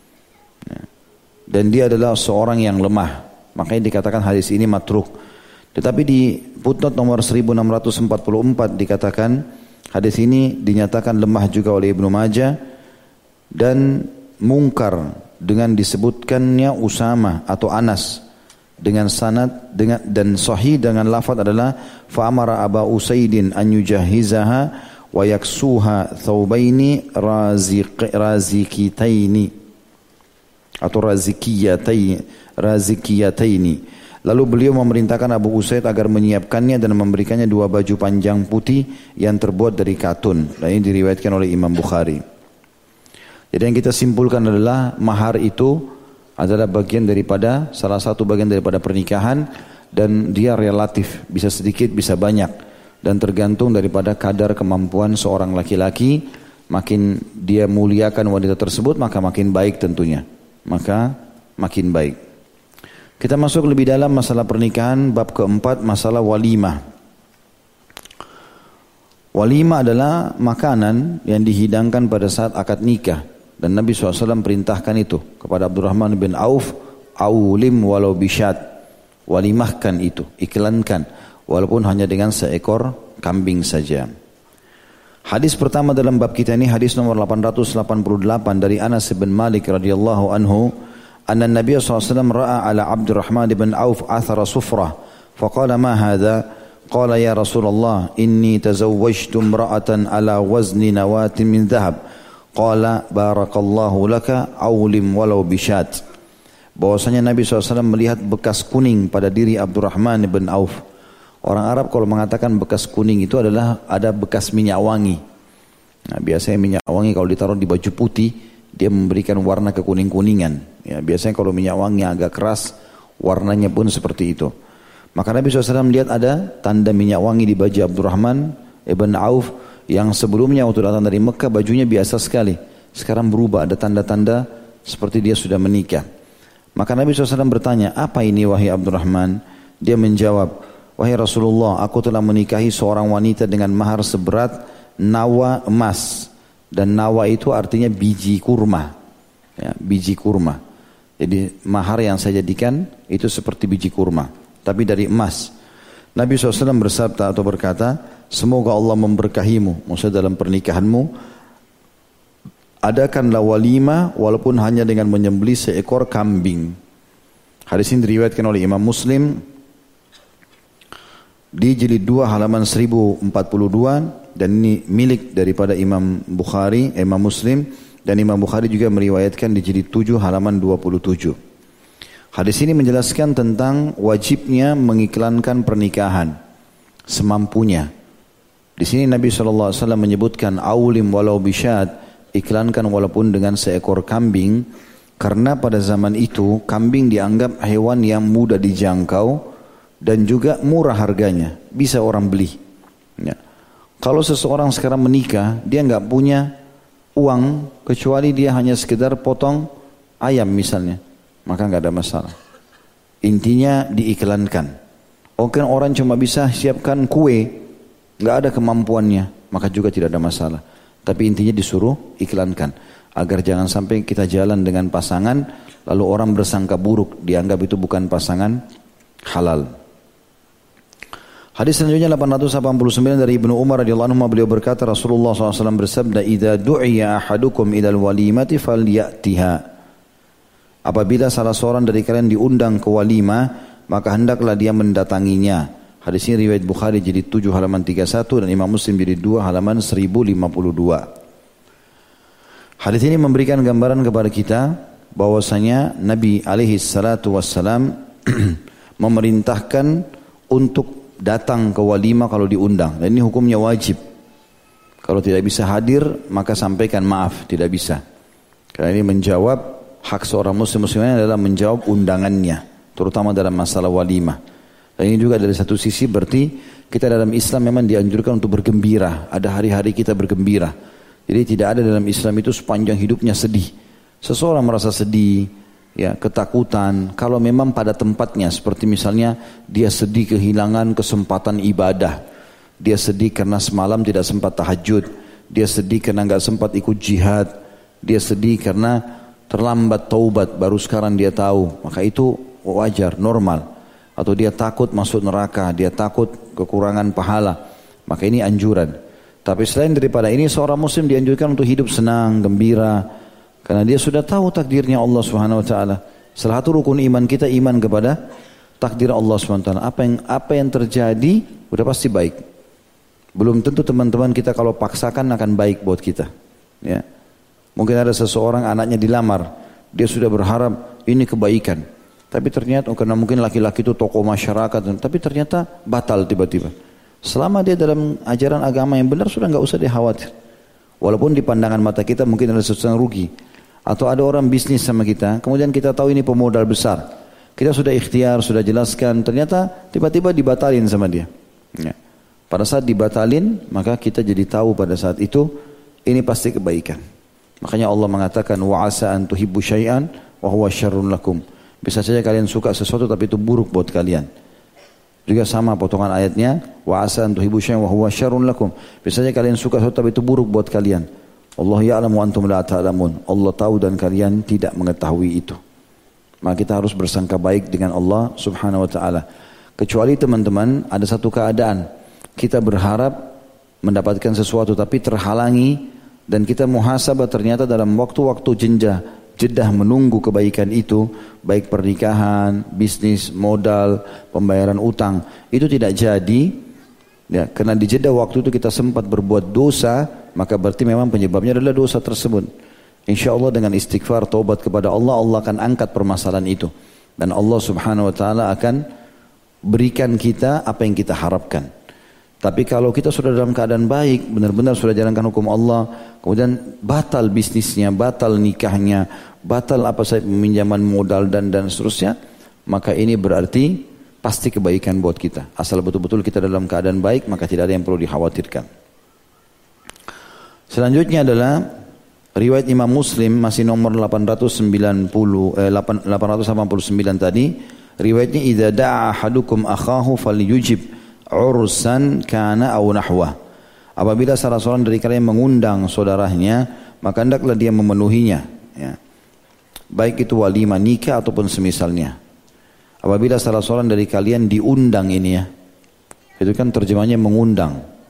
Dan dia adalah seorang yang lemah. Makanya dikatakan hadis ini matruk. Tetapi di footnote nomor 1644 dikatakan hadis ini dinyatakan lemah juga oleh Ibnu Majah dan mungkar dengan disebutkannya Usama atau Anas dengan sanad dan sahih dengan lafaz adalah fa'amara Aba Usaidin an yujahizaha wa yaksuha thawbaini razikitaini atau razikiyataini. Lalu beliau memerintahkan Abu Usaid agar menyiapkannya dan memberikannya 2 baju panjang putih yang terbuat dari katun. Dan ini diriwayatkan oleh Imam Bukhari. Jadi yang kita simpulkan adalah mahar itu adalah bagian daripada, salah satu bagian daripada pernikahan, dan dia relatif, bisa sedikit bisa banyak, dan tergantung daripada kadar kemampuan seorang laki-laki. Makin dia muliakan wanita tersebut maka makin baik tentunya, maka makin baik. Kita masuk lebih dalam masalah pernikahan, bab keempat, masalah walimah. Walimah adalah makanan yang dihidangkan pada saat akad nikah. Dan Nabi SAW perintahkan itu kepada Abdurrahman bin Auf, awlim walau bisyad. walimahkan itu, iklankan, walaupun hanya dengan seekor kambing saja. Hadis pertama dalam bab kita ini hadis nomor 888 dari Anas bin Malik radhiyallahu anhu, anna Nabi SAW ra'a ala Abdurrahman bin Auf athara sufrah, faqala ma hadha? Qala ya Rasulullah, inni tazawwajtu imra'atan ala wazni nawatin min dhahab. Qala barakallahu laka awlim walau bishat. Bahwasanya Nabi SAW melihat bekas kuning pada diri Abdurrahman bin Auf. Orang Arab kalau mengatakan bekas kuning itu adalah ada bekas minyak wangi. Nah, biasanya minyak wangi kalau ditaruh di baju putih, dia memberikan warna kekuning-kuningan. Ya, biasanya kalau minyak wangi agak keras, warnanya pun seperti itu. Maka Nabi SAW melihat ada tanda minyak wangi di baju Abdurrahman ibn Auf yang sebelumnya waktu datang dari Mekah bajunya biasa sekali. Sekarang berubah, ada tanda-tanda seperti dia sudah menikah. Maka Nabi SAW bertanya, apa ini wahai Abdurrahman? Dia menjawab, wahai Rasulullah, aku telah menikahi seorang wanita dengan mahar seberat nawa emas. Dan nawa itu artinya biji kurma. Ya, biji kurma. Jadi mahar yang saya jadikan itu seperti biji kurma, tapi dari emas. Nabi SAW bersabda atau berkata, semoga Allah memberkahimu, maksudnya dalam pernikahanmu, adakanlah walimah walaupun hanya dengan menyembelih seekor kambing. Hadis ini diriwayatkan oleh Imam Muslim di jilid 2 halaman 1042, dan ini milik daripada Imam Bukhari, Imam Muslim, dan Imam Bukhari juga meriwayatkan di jilid 7 halaman 27. Hadis ini menjelaskan tentang wajibnya mengiklankan pernikahan semampunya. Di sini Nabi SAW menyebutkan awlim walau bisyad, iklankan walaupun dengan seekor kambing, karena pada zaman itu kambing dianggap hewan yang mudah dijangkau dan juga murah harganya, bisa orang beli. Ya. Kalau seseorang sekarang menikah, dia nggak punya uang kecuali dia hanya sekedar potong ayam misalnya, maka nggak ada masalah. Intinya diiklankan. Mungkin orang cuma bisa siapkan kue, nggak ada kemampuannya, maka juga tidak ada masalah. Tapi intinya disuruh iklankan, agar jangan sampai kita jalan dengan pasangan lalu orang bersangka buruk, dianggap itu bukan pasangan halal. Hadis selanjutnya 889 dari Ibnu Umar radhiyallahu anhu, beliau berkata, Rasulullah SAW bersabda, "Idza du'iya ahadukum ilal walimati falyatiha." Apabila salah seorang dari kalian diundang ke walimah, maka hendaklah dia mendatanginya. Hadis ini riwayat Bukhari jilid 7 halaman 31 dan Imam Muslim jilid 2 halaman 1052. Hadis ini memberikan gambaran kepada kita bahwasanya Nabi alaihi salatu wassalam memerintahkan untuk datang ke walimah kalau diundang, dan ini hukumnya wajib. Kalau tidak bisa hadir maka sampaikan maaf, tidak bisa. Karena ini menjawab hak seorang muslimnya adalah menjawab undangannya, terutama dalam masalah walimah. Dan ini juga dari satu sisi berarti kita dalam Islam memang dianjurkan untuk bergembira. Ada hari-hari kita bergembira. Jadi tidak ada dalam Islam itu sepanjang hidupnya sedih. Seseorang merasa sedih, ya, ketakutan, kalau memang pada tempatnya, seperti misalnya dia sedih kehilangan kesempatan ibadah, dia sedih karena semalam tidak sempat tahajud, dia sedih karena nggak sempat ikut jihad, dia sedih karena terlambat taubat, baru sekarang dia tahu, maka itu wajar, normal. Atau dia takut masuk neraka, dia takut kekurangan pahala, maka ini anjuran. Tapi selain daripada ini, seorang muslim dianjurkan untuk hidup senang, gembira, karena dia sudah tahu takdirnya Allah Subhanahu wa taala. Salah satu rukun iman kita iman kepada takdir Allah Subhanahu wa taala. Apa yang terjadi udah pasti baik. Belum tentu teman-teman kita kalau paksakan akan baik buat kita. Ya. Mungkin ada seseorang anaknya dilamar, dia sudah berharap ini kebaikan. Tapi ternyata karena mungkin laki-laki itu tokoh masyarakat, tapi ternyata batal tiba-tiba. Selama dia dalam ajaran agama yang benar sudah nggak usah dia khawatir. Walaupun di pandangan mata kita mungkin ada sesuatu yang rugi. Atau ada orang bisnis sama kita, kemudian kita tahu ini pemodal besar. Kita sudah ikhtiar, sudah jelaskan, ternyata tiba-tiba dibatalin sama dia. Ya. Pada saat dibatalin, maka kita jadi tahu pada saat itu, ini pasti kebaikan. Makanya Allah mengatakan, وَعَسَىٰ أَن تُحِبُّ شَيْئًا وَهُوَ شَرٌّ لَكُمْ. Bisa saja kalian suka sesuatu tapi itu buruk buat kalian. Juga sama potongan ayatnya, وَعَسَىٰ أَن تُحِبُّ شَيْئًا وَهُوَ شَرٌّ لَكُمْ. Bisa saja kalian suka sesuatu tapi itu buruk buat kalian. Allah ya'lamu wa antum la ta'lamun. Allah tahu dan kalian tidak mengetahui itu. maka kita harus bersangka baik dengan Allah subhanahu wa ta'ala. Kecuali teman-teman ada satu keadaan, kita berharap mendapatkan sesuatu tapi terhalangi dan kita muhasabah ternyata dalam waktu-waktu jedah menunggu kebaikan itu, baik pernikahan, bisnis, modal, pembayaran utang, itu tidak jadi, ya, karena di jedah waktu itu kita sempat berbuat dosa, maka berarti memang penyebabnya adalah dosa tersebut. Insya Allah dengan istighfar, taubat kepada Allah, Allah akan angkat permasalahan itu. Dan Allah subhanahu wa ta'ala akan berikan kita apa yang kita harapkan. Tapi kalau kita sudah dalam keadaan baik, benar-benar sudah jalankan hukum Allah, kemudian batal bisnisnya, batal nikahnya, batal apa saja peminjaman modal dan seterusnya, maka ini berarti pasti kebaikan buat kita. Asal betul-betul kita dalam keadaan baik, maka tidak ada yang perlu dikhawatirkan. Selanjutnya adalah riwayat Imam Muslim, masih nomor 889 tadi. Riwayatnya, idza da'a ahadukum akhahu falyujib ursan kana aw nahwa. Apabila salah seorang dari kalian mengundang saudaranya, maka hendaklah dia memenuhinya, ya. Baik itu walimah nikah ataupun semisalnya. Apabila salah seorang dari kalian diundang, ini ya, itu kan terjemahnya mengundang,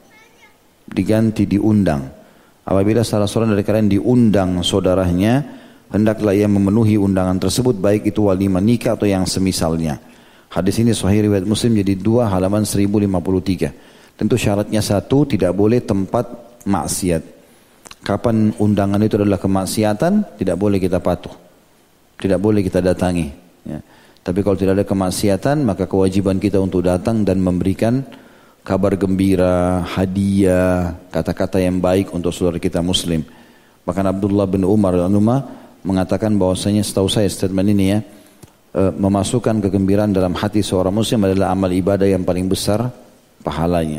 diganti diundang. Apabila salah seorang dari kalian diundang saudaranya, hendaklah ia memenuhi undangan tersebut, baik itu walimah nikah atau yang semisalnya. Hadis ini sahih riwayat Muslim jadi 2 halaman 1053. Tentu syaratnya satu, tidak boleh tempat maksiat. Kapan undangan itu adalah kemaksiatan, tidak boleh kita patuh, tidak boleh kita datangi, ya. Tapi kalau tidak ada kemaksiatan, maka kewajiban kita untuk datang dan memberikan kabar gembira, hadiah, kata-kata yang baik untuk saudara kita muslim. Bahkan Abdullah bin Umar mengatakan bahwasanya, setahu saya statement ini ya, memasukkan kegembiraan dalam hati seorang muslim adalah amal ibadah yang paling besar pahalanya.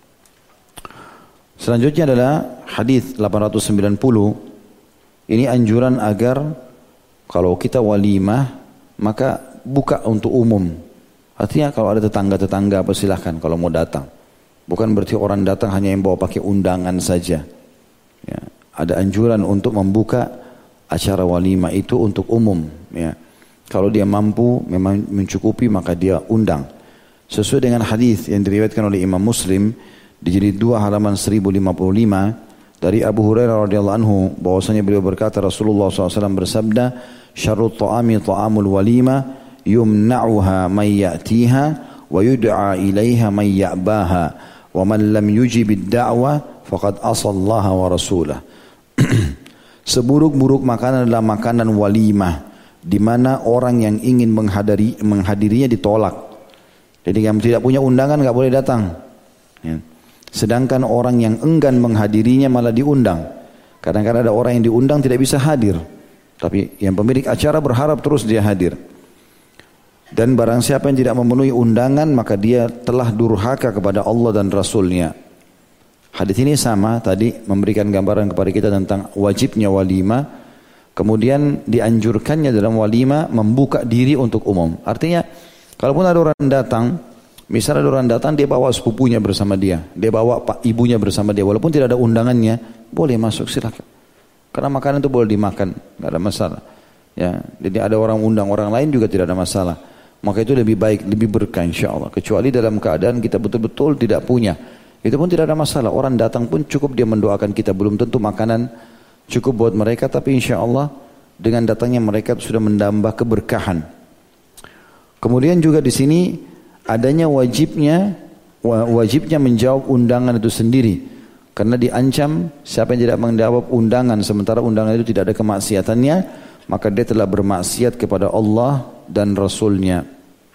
Selanjutnya adalah hadis 890. Ini anjuran agar kalau kita walimah maka buka untuk umum. Artinya kalau ada tetangga-tetangga apa silahkan kalau mau datang. Bukan berarti orang datang hanya yang bawa pakai undangan saja, ya. Ada anjuran untuk membuka acara walimah itu untuk umum, ya. Kalau dia mampu memang mencukupi, maka dia undang. Sesuai dengan hadis yang diriwayatkan oleh Imam Muslim di jilid 2 halaman 1055 dari Abu Hurairah radhiyallahu anhu, bahwasanya beliau berkata, Rasulullah SAW bersabda, syarrut ta'ami ta'amul walima yumna'uha man ya'tiha wa yud'a ilaiha man ya'baha wa man lam yujibid da'wa faqad asallaha wa rasulah. Seburuk-buruk makanan adalah makanan walimah, di mana orang yang ingin menghadirinya ditolak. Jadi yang tidak punya undangan nggak boleh datang, ya. Sedangkan orang yang enggan menghadirinya malah diundang. Kadang-kadang ada orang yang diundang tidak bisa hadir, tapi yang pemilik acara berharap terus dia hadir. Dan barang siapa yang tidak memenuhi undangan, maka dia telah durhaka kepada Allah dan Rasulnya. Hadis ini sama tadi, memberikan gambaran kepada kita tentang wajibnya walimah. Kemudian dianjurkannya dalam walimah membuka diri untuk umum. Artinya kalaupun ada orang datang, misalnya ada orang datang, dia bawa sepupunya bersama dia bawa ibunya bersama dia, walaupun tidak ada undangannya, boleh masuk, silakan. Karena makanan itu boleh dimakan, nggak ada masalah, ya. Jadi ada orang undang orang lain juga tidak ada masalah. Maka itu lebih baik, lebih berkah insya Allah. Kecuali dalam keadaan kita betul-betul tidak punya, itu pun tidak ada masalah. Orang datang pun cukup dia mendoakan kita, belum tentu makanan cukup buat mereka, tapi insya Allah dengan datangnya mereka sudah menambah keberkahan. Kemudian juga di sini adanya wajibnya menjawab undangan itu sendiri, karena diancam siapa yang tidak menjawab undangan sementara undangan itu tidak ada kemaksiatannya, maka dia telah bermaksiat kepada Allah dan Rasulnya.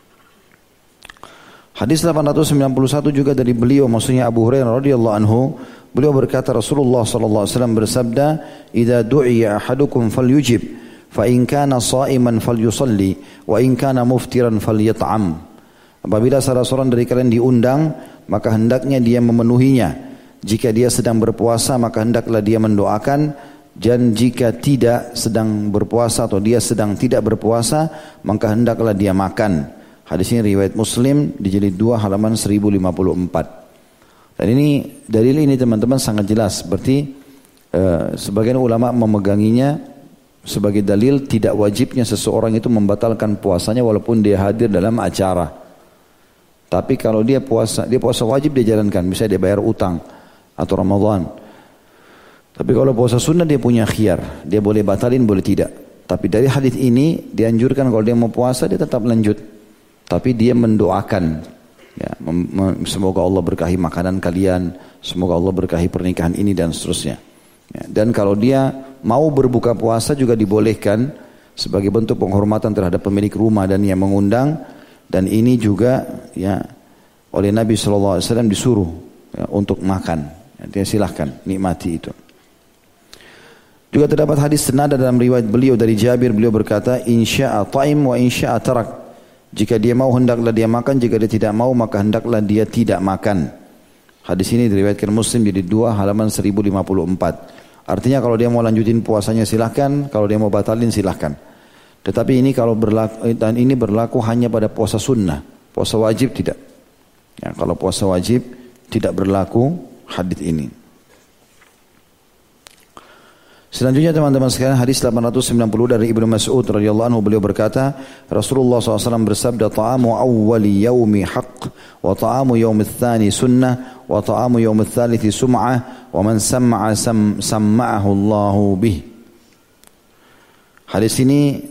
Hadis 891 juga dari beliau, maksudnya Abu Hurairah radhiyallahu anhu, beliau berkata, Rasulullah sallallahu alaihi wasallam bersabda, "Idza du'iya ahadukum falyujib, fa in kana sha'iman falyusalli, wa in kana muftiran falyat'am." Apabila salah seorang dari kalian diundang, maka hendaknya dia memenuhinya. Jika dia sedang berpuasa, maka hendaklah dia mendoakan, dan jika tidak sedang berpuasa atau dia sedang tidak berpuasa, maka hendaklah dia makan. Hadis ini riwayat Muslim di jilid 2 halaman 1054. Dan ini dalil ini teman-teman sangat jelas. Berarti sebagian ulama memeganginya sebagai dalil tidak wajibnya seseorang itu membatalkan puasanya walaupun dia hadir dalam acara. Tapi kalau dia puasa wajib dia jalankan, misalnya dia bayar utang atau Ramadan. Tapi kalau puasa sunnah dia punya khiyar, dia boleh batalin boleh tidak. Tapi dari hadis ini dianjurkan kalau dia mau puasa dia tetap lanjut. Tapi dia mendoakan, ya, semoga Allah berkahi makanan kalian, semoga Allah berkahi pernikahan ini dan seterusnya. Ya, dan kalau dia mau berbuka puasa juga dibolehkan sebagai bentuk penghormatan terhadap pemilik rumah dan yang mengundang. Dan ini juga ya oleh Nabi SAW disuruh ya, untuk makan. Ya, dia silahkan nikmati itu. Juga terdapat hadis senada dalam riwayat beliau dari Jabir, beliau berkata, insya'a ta'im wa insya'a tarak. Jika dia mau hendaklah dia makan, jika dia tidak mau maka hendaklah dia tidak makan. Hadis ini diriwayatkan Muslim jadi 2 halaman 1054. Artinya kalau dia mau lanjutin puasanya silahkan, kalau dia mau batalin silahkan. Tetapi ini kalau berlaku, dan ini berlaku hanya pada puasa sunnah, puasa wajib tidak. Ya, kalau puasa wajib tidak berlaku hadis ini. Selanjutnya teman-teman sekalian, hadis 890 dari Ibnu Mas'ud radhiyallahu anhu, beliau berkata, Rasulullah SAW bersabda, ta'amu awwali yaumi haqq, wa ta'amu yaumi tsani sunnah, wa ta'amu yaumi tsalithi sum'ah, wa man samma'a samma'ahu Allahu bih. Hadis ini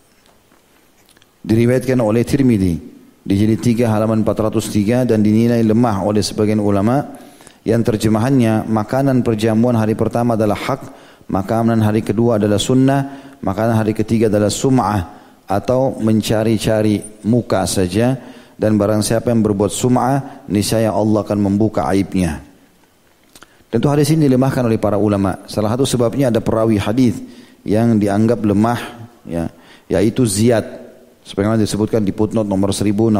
diriwayatkan oleh Tirmidzi di jilid 3 halaman 403 dan dinilai lemah oleh sebagian ulama yang terjemahannya makanan perjamuan hari pertama adalah hak, makanan hari kedua adalah sunnah, makanan hari ketiga adalah sum'ah atau mencari-cari muka saja, dan barang siapa yang berbuat sum'ah niscaya Allah akan membuka aibnya. Tentu hadis ini dilemahkan oleh para ulama. Salah satu sebabnya ada perawi hadis yang dianggap lemah, ya, yaitu Ziyad. Sebagaimana disebutkan di footnote nomor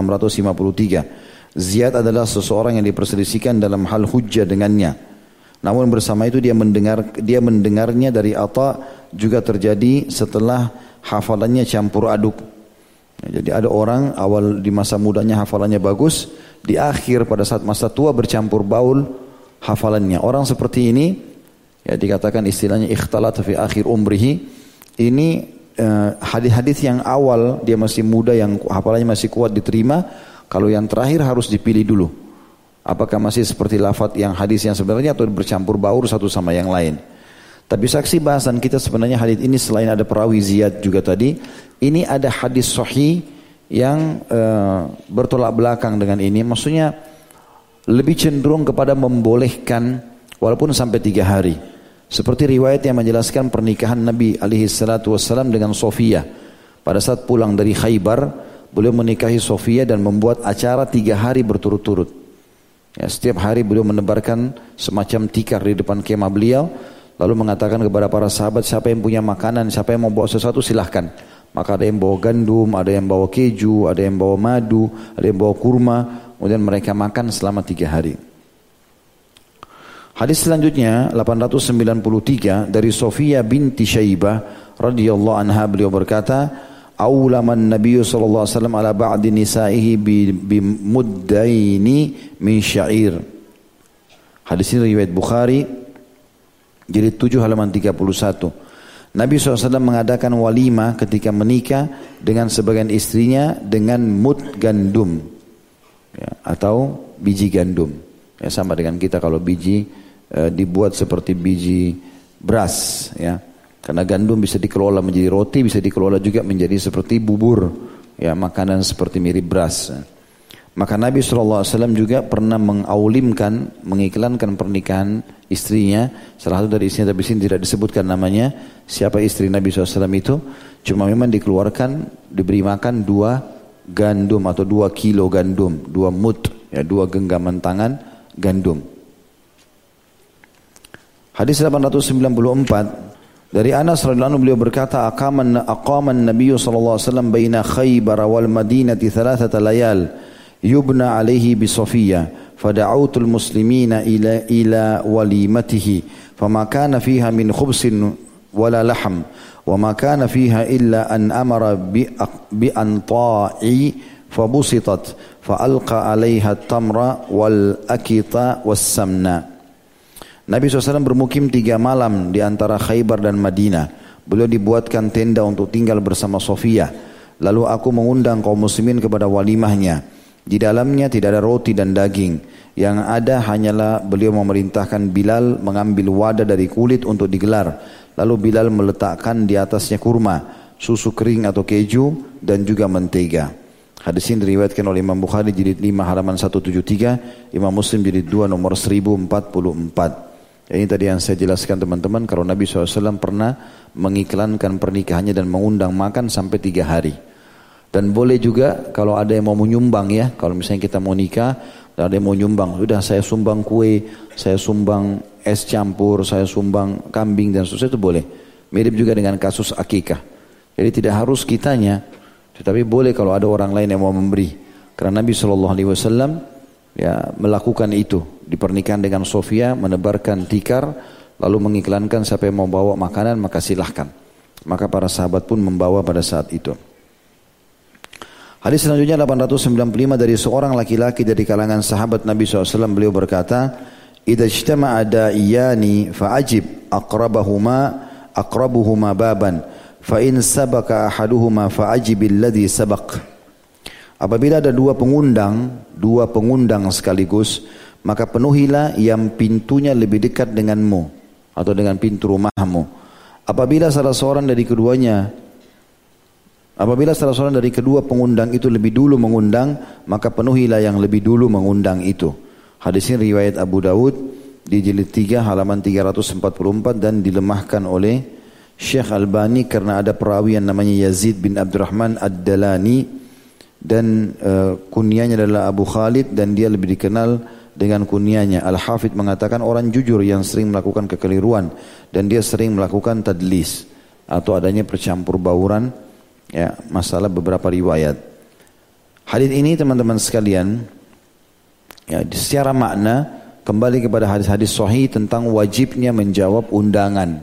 1653. Ziyad adalah seseorang yang diperselisihkan dalam hal hujjah dengannya. Namun bersama itu dia mendengarnya dari Atha, juga terjadi setelah hafalannya campur aduk. Ya, jadi ada orang awal di masa mudanya hafalannya bagus, di akhir pada saat masa tua bercampur baul hafalannya. Orang seperti ini ya dikatakan istilahnya ikhtalat fi akhir umrihi. Ini hadis-hadis yang awal dia masih muda, yang hafalannya masih kuat diterima. Kalau yang terakhir harus dipilih dulu, apakah masih seperti lafaz yang hadis yang sebenarnya atau bercampur baur satu sama yang lain. Tapi saksi bahasan kita sebenarnya hadis ini selain ada perawi Ziyad juga tadi, ini ada hadis sahih yang bertolak belakang dengan ini. Maksudnya lebih cenderung kepada membolehkan walaupun sampai 3 hari. Seperti riwayat yang menjelaskan pernikahan Nabi SAW dengan Sofia. Pada saat pulang dari Khaybar, beliau menikahi Sofia dan membuat acara 3 hari berturut-turut. Ya, setiap hari beliau menebarkan semacam tikar di depan kemah beliau, lalu mengatakan kepada para sahabat, siapa yang punya makanan, siapa yang mau bawa sesuatu silahkan. Maka ada yang bawa gandum, ada yang bawa keju, ada yang bawa madu, ada yang bawa kurma. Kemudian mereka makan selama 3 hari. Hadis selanjutnya 893 dari Sofia binti Syaibah radhiyallahu anha, beliau berkata, "Aulaman Nabi sallallahu alaihi wasallam ala ba'di nisaihi bi muddaini min sya'ir." Hadis ini riwayat Bukhari jilid 7 halaman 31. Nabi SAW mengadakan walimah ketika menikah dengan sebagian istrinya dengan mud gandum, ya, atau biji gandum. Ya, sama dengan kita kalau biji dibuat seperti biji beras, ya, karena gandum bisa dikelola menjadi roti, bisa dikelola juga menjadi seperti bubur, ya, makanan seperti mirip beras. Maka Nabi SAW juga pernah mengiklankan pernikahan istrinya, salah satu dari istrinya, tapi sini tidak disebutkan namanya siapa istri Nabi SAW itu, cuma memang dikeluarkan diberi makan 2 gandum atau 2 kilo gandum, 2 mud, ya, 2 genggaman tangan gandum. Hadis 894 dari Anas radhiyallahu anhu, beliau berkata, aqaman Nabi sallallahu alaihi wasallam baina Khaybar wal Madinati 3 layal yubna alaihi bi Safiyah fada'utul muslimina ila walimatihi fama kana fiha min khubsin wala lahm wa ma kana fiha illa an amara bi anta'i fabusitat fa alqa 'alaiha at-tamra wal akita was samna. Nabi SAW bermukim 3 malam di antara Khaybar dan Madinah. Beliau dibuatkan tenda untuk tinggal bersama Sofia. Lalu aku mengundang kaum muslimin kepada walimahnya. Di dalamnya tidak ada roti dan daging. Yang ada hanyalah beliau memerintahkan Bilal mengambil wadah dari kulit untuk digelar. Lalu Bilal meletakkan di atasnya kurma, susu kering atau keju, dan juga mentega. Hadis ini diriwayatkan oleh Imam Bukhari jilid 5 halaman 173, Imam Muslim jilid 2 nomor 1044. Ini tadi yang saya jelaskan teman-teman, kalau Nabi SAW pernah mengiklankan pernikahannya dan mengundang makan sampai 3 hari. Dan boleh juga kalau ada yang mau menyumbang ya, kalau misalnya kita mau nikah, ada yang mau nyumbang, sudah saya sumbang kue, saya sumbang es campur, saya sumbang kambing dan seterusnya, itu boleh. Mirip juga dengan kasus akikah. Jadi tidak harus kitanya, tetapi boleh kalau ada orang lain yang mau memberi. Karena Nabi SAW ya melakukan itu di pernikahan dengan Sofia, menebarkan tikar, lalu mengiklankan siapa yang mau bawa makanan maka silahkan. Maka para sahabat pun membawa pada saat itu. Hadis selanjutnya 895 dari seorang laki-laki dari kalangan sahabat Nabi SAW, beliau berkata, "Idza ijtama'a da'iyani fa'ajib aqrabuhuma baban, fa in sabaka ahaduhuma fa'ajibil ladzi sabaq." Apabila ada dua pengundang sekaligus, maka penuhilah yang pintunya lebih dekat denganmu atau dengan pintu rumahmu. Apabila salah seorang dari kedua pengundang itu lebih dulu mengundang, maka penuhilah yang lebih dulu mengundang itu. Hadis ini riwayat Abu Daud di jilid 3 halaman 344 dan dilemahkan oleh Syekh Albani karena ada perawi yang namanya Yazid bin Abdurrahman Ad-Dalani dan kunyanya adalah Abu Khalid dan dia lebih dikenal dengan kunyanya. Al-Hafidh mengatakan orang jujur yang sering melakukan kekeliruan dan dia sering melakukan tadlis atau adanya percampur bauran ya, masalah beberapa riwayat. Hadis ini teman-teman sekalian ya, secara makna kembali kepada hadis-hadis sahih tentang wajibnya menjawab undangan.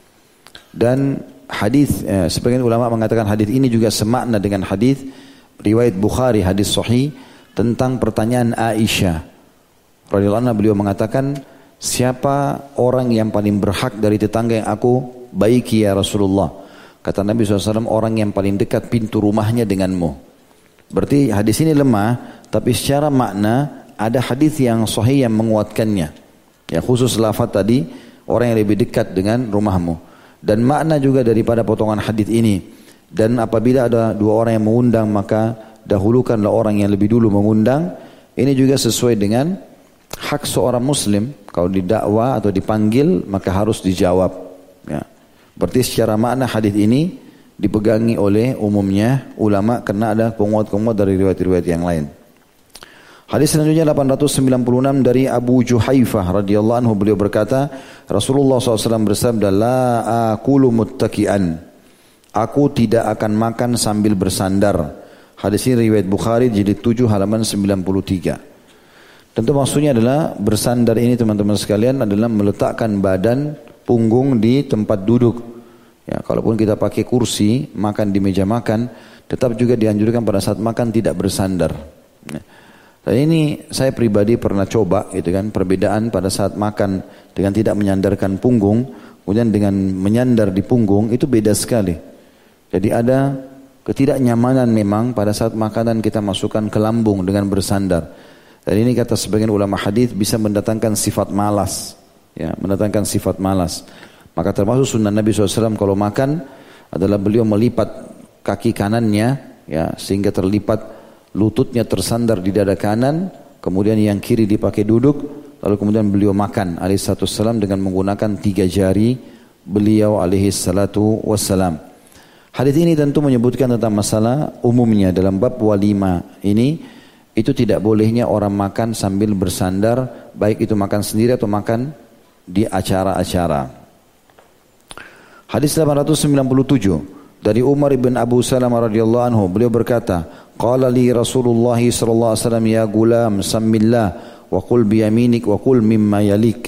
Dan hadis sebagian ulama mengatakan hadis ini juga semakna dengan hadis riwayat Bukhari, hadis sahih tentang pertanyaan Aisyah radhiyallahu anha. Beliau mengatakan, siapa orang yang paling berhak dari tetangga yang aku baiki ya Rasulullah? Kata Nabi SAW, orang yang paling dekat pintu rumahnya denganmu. Berarti hadis ini lemah, tapi secara makna ada hadis yang sahih yang menguatkannya. Ya, khusus lafaz tadi, orang yang lebih dekat dengan rumahmu. Dan makna juga daripada potongan hadis ini. Dan apabila ada dua orang yang mengundang, maka dahulukanlah orang yang lebih dulu mengundang. Ini juga sesuai dengan hak seorang muslim. Kalau didakwa atau dipanggil, maka harus dijawab. Ya. Berarti secara makna hadis ini dipegangi oleh umumnya ulama karena ada penguat-penguat dari riwayat-riwayat yang lain. Hadis selanjutnya 896 dari Abu Juhaifah radhiyallahu anhu, beliau berkata, Rasulullah SAW bersabda, la aqulu muttaki'an, aku tidak akan makan sambil bersandar. Hadis ini riwayat Bukhari jilid 7 halaman 93. Tentu maksudnya adalah bersandar ini teman-teman sekalian adalah meletakkan badan punggung di tempat duduk. Ya, kalaupun kita pakai kursi, makan di meja makan, tetap juga dianjurkan pada saat makan tidak bersandar. Ya. Dan ini saya pribadi pernah coba, gitu kan, perbedaan pada saat makan dengan tidak menyandarkan punggung, kemudian dengan menyandar di punggung itu beda sekali. Jadi ada ketidaknyamanan memang pada saat makanan kita masukkan ke lambung dengan bersandar. Dan ini kata sebagian ulama hadis bisa mendatangkan sifat malas. Ya, mendatangkan sifat malas. Maka termasuk sunnah Nabi SAW kalau makan adalah beliau melipat kaki kanannya ya, sehingga terlipat lututnya tersandar di dada kanan, kemudian yang kiri dipakai duduk, lalu kemudian beliau makan alaihissalam dengan menggunakan 3 jari beliau alaihissalam. Hadis ini tentu menyebutkan tentang masalah umumnya dalam bab walima ini, itu tidak bolehnya orang makan sambil bersandar, baik itu makan sendiri atau makan di acara-acara. Hadis 897 dari Umar bin Abu Salamah radhiyallahu anhu, beliau berkata, qala li Rasulullah sallallahu alaihi wasallam, ya gulam sammillah wa qul bi yaminik wa qul mimma yalik.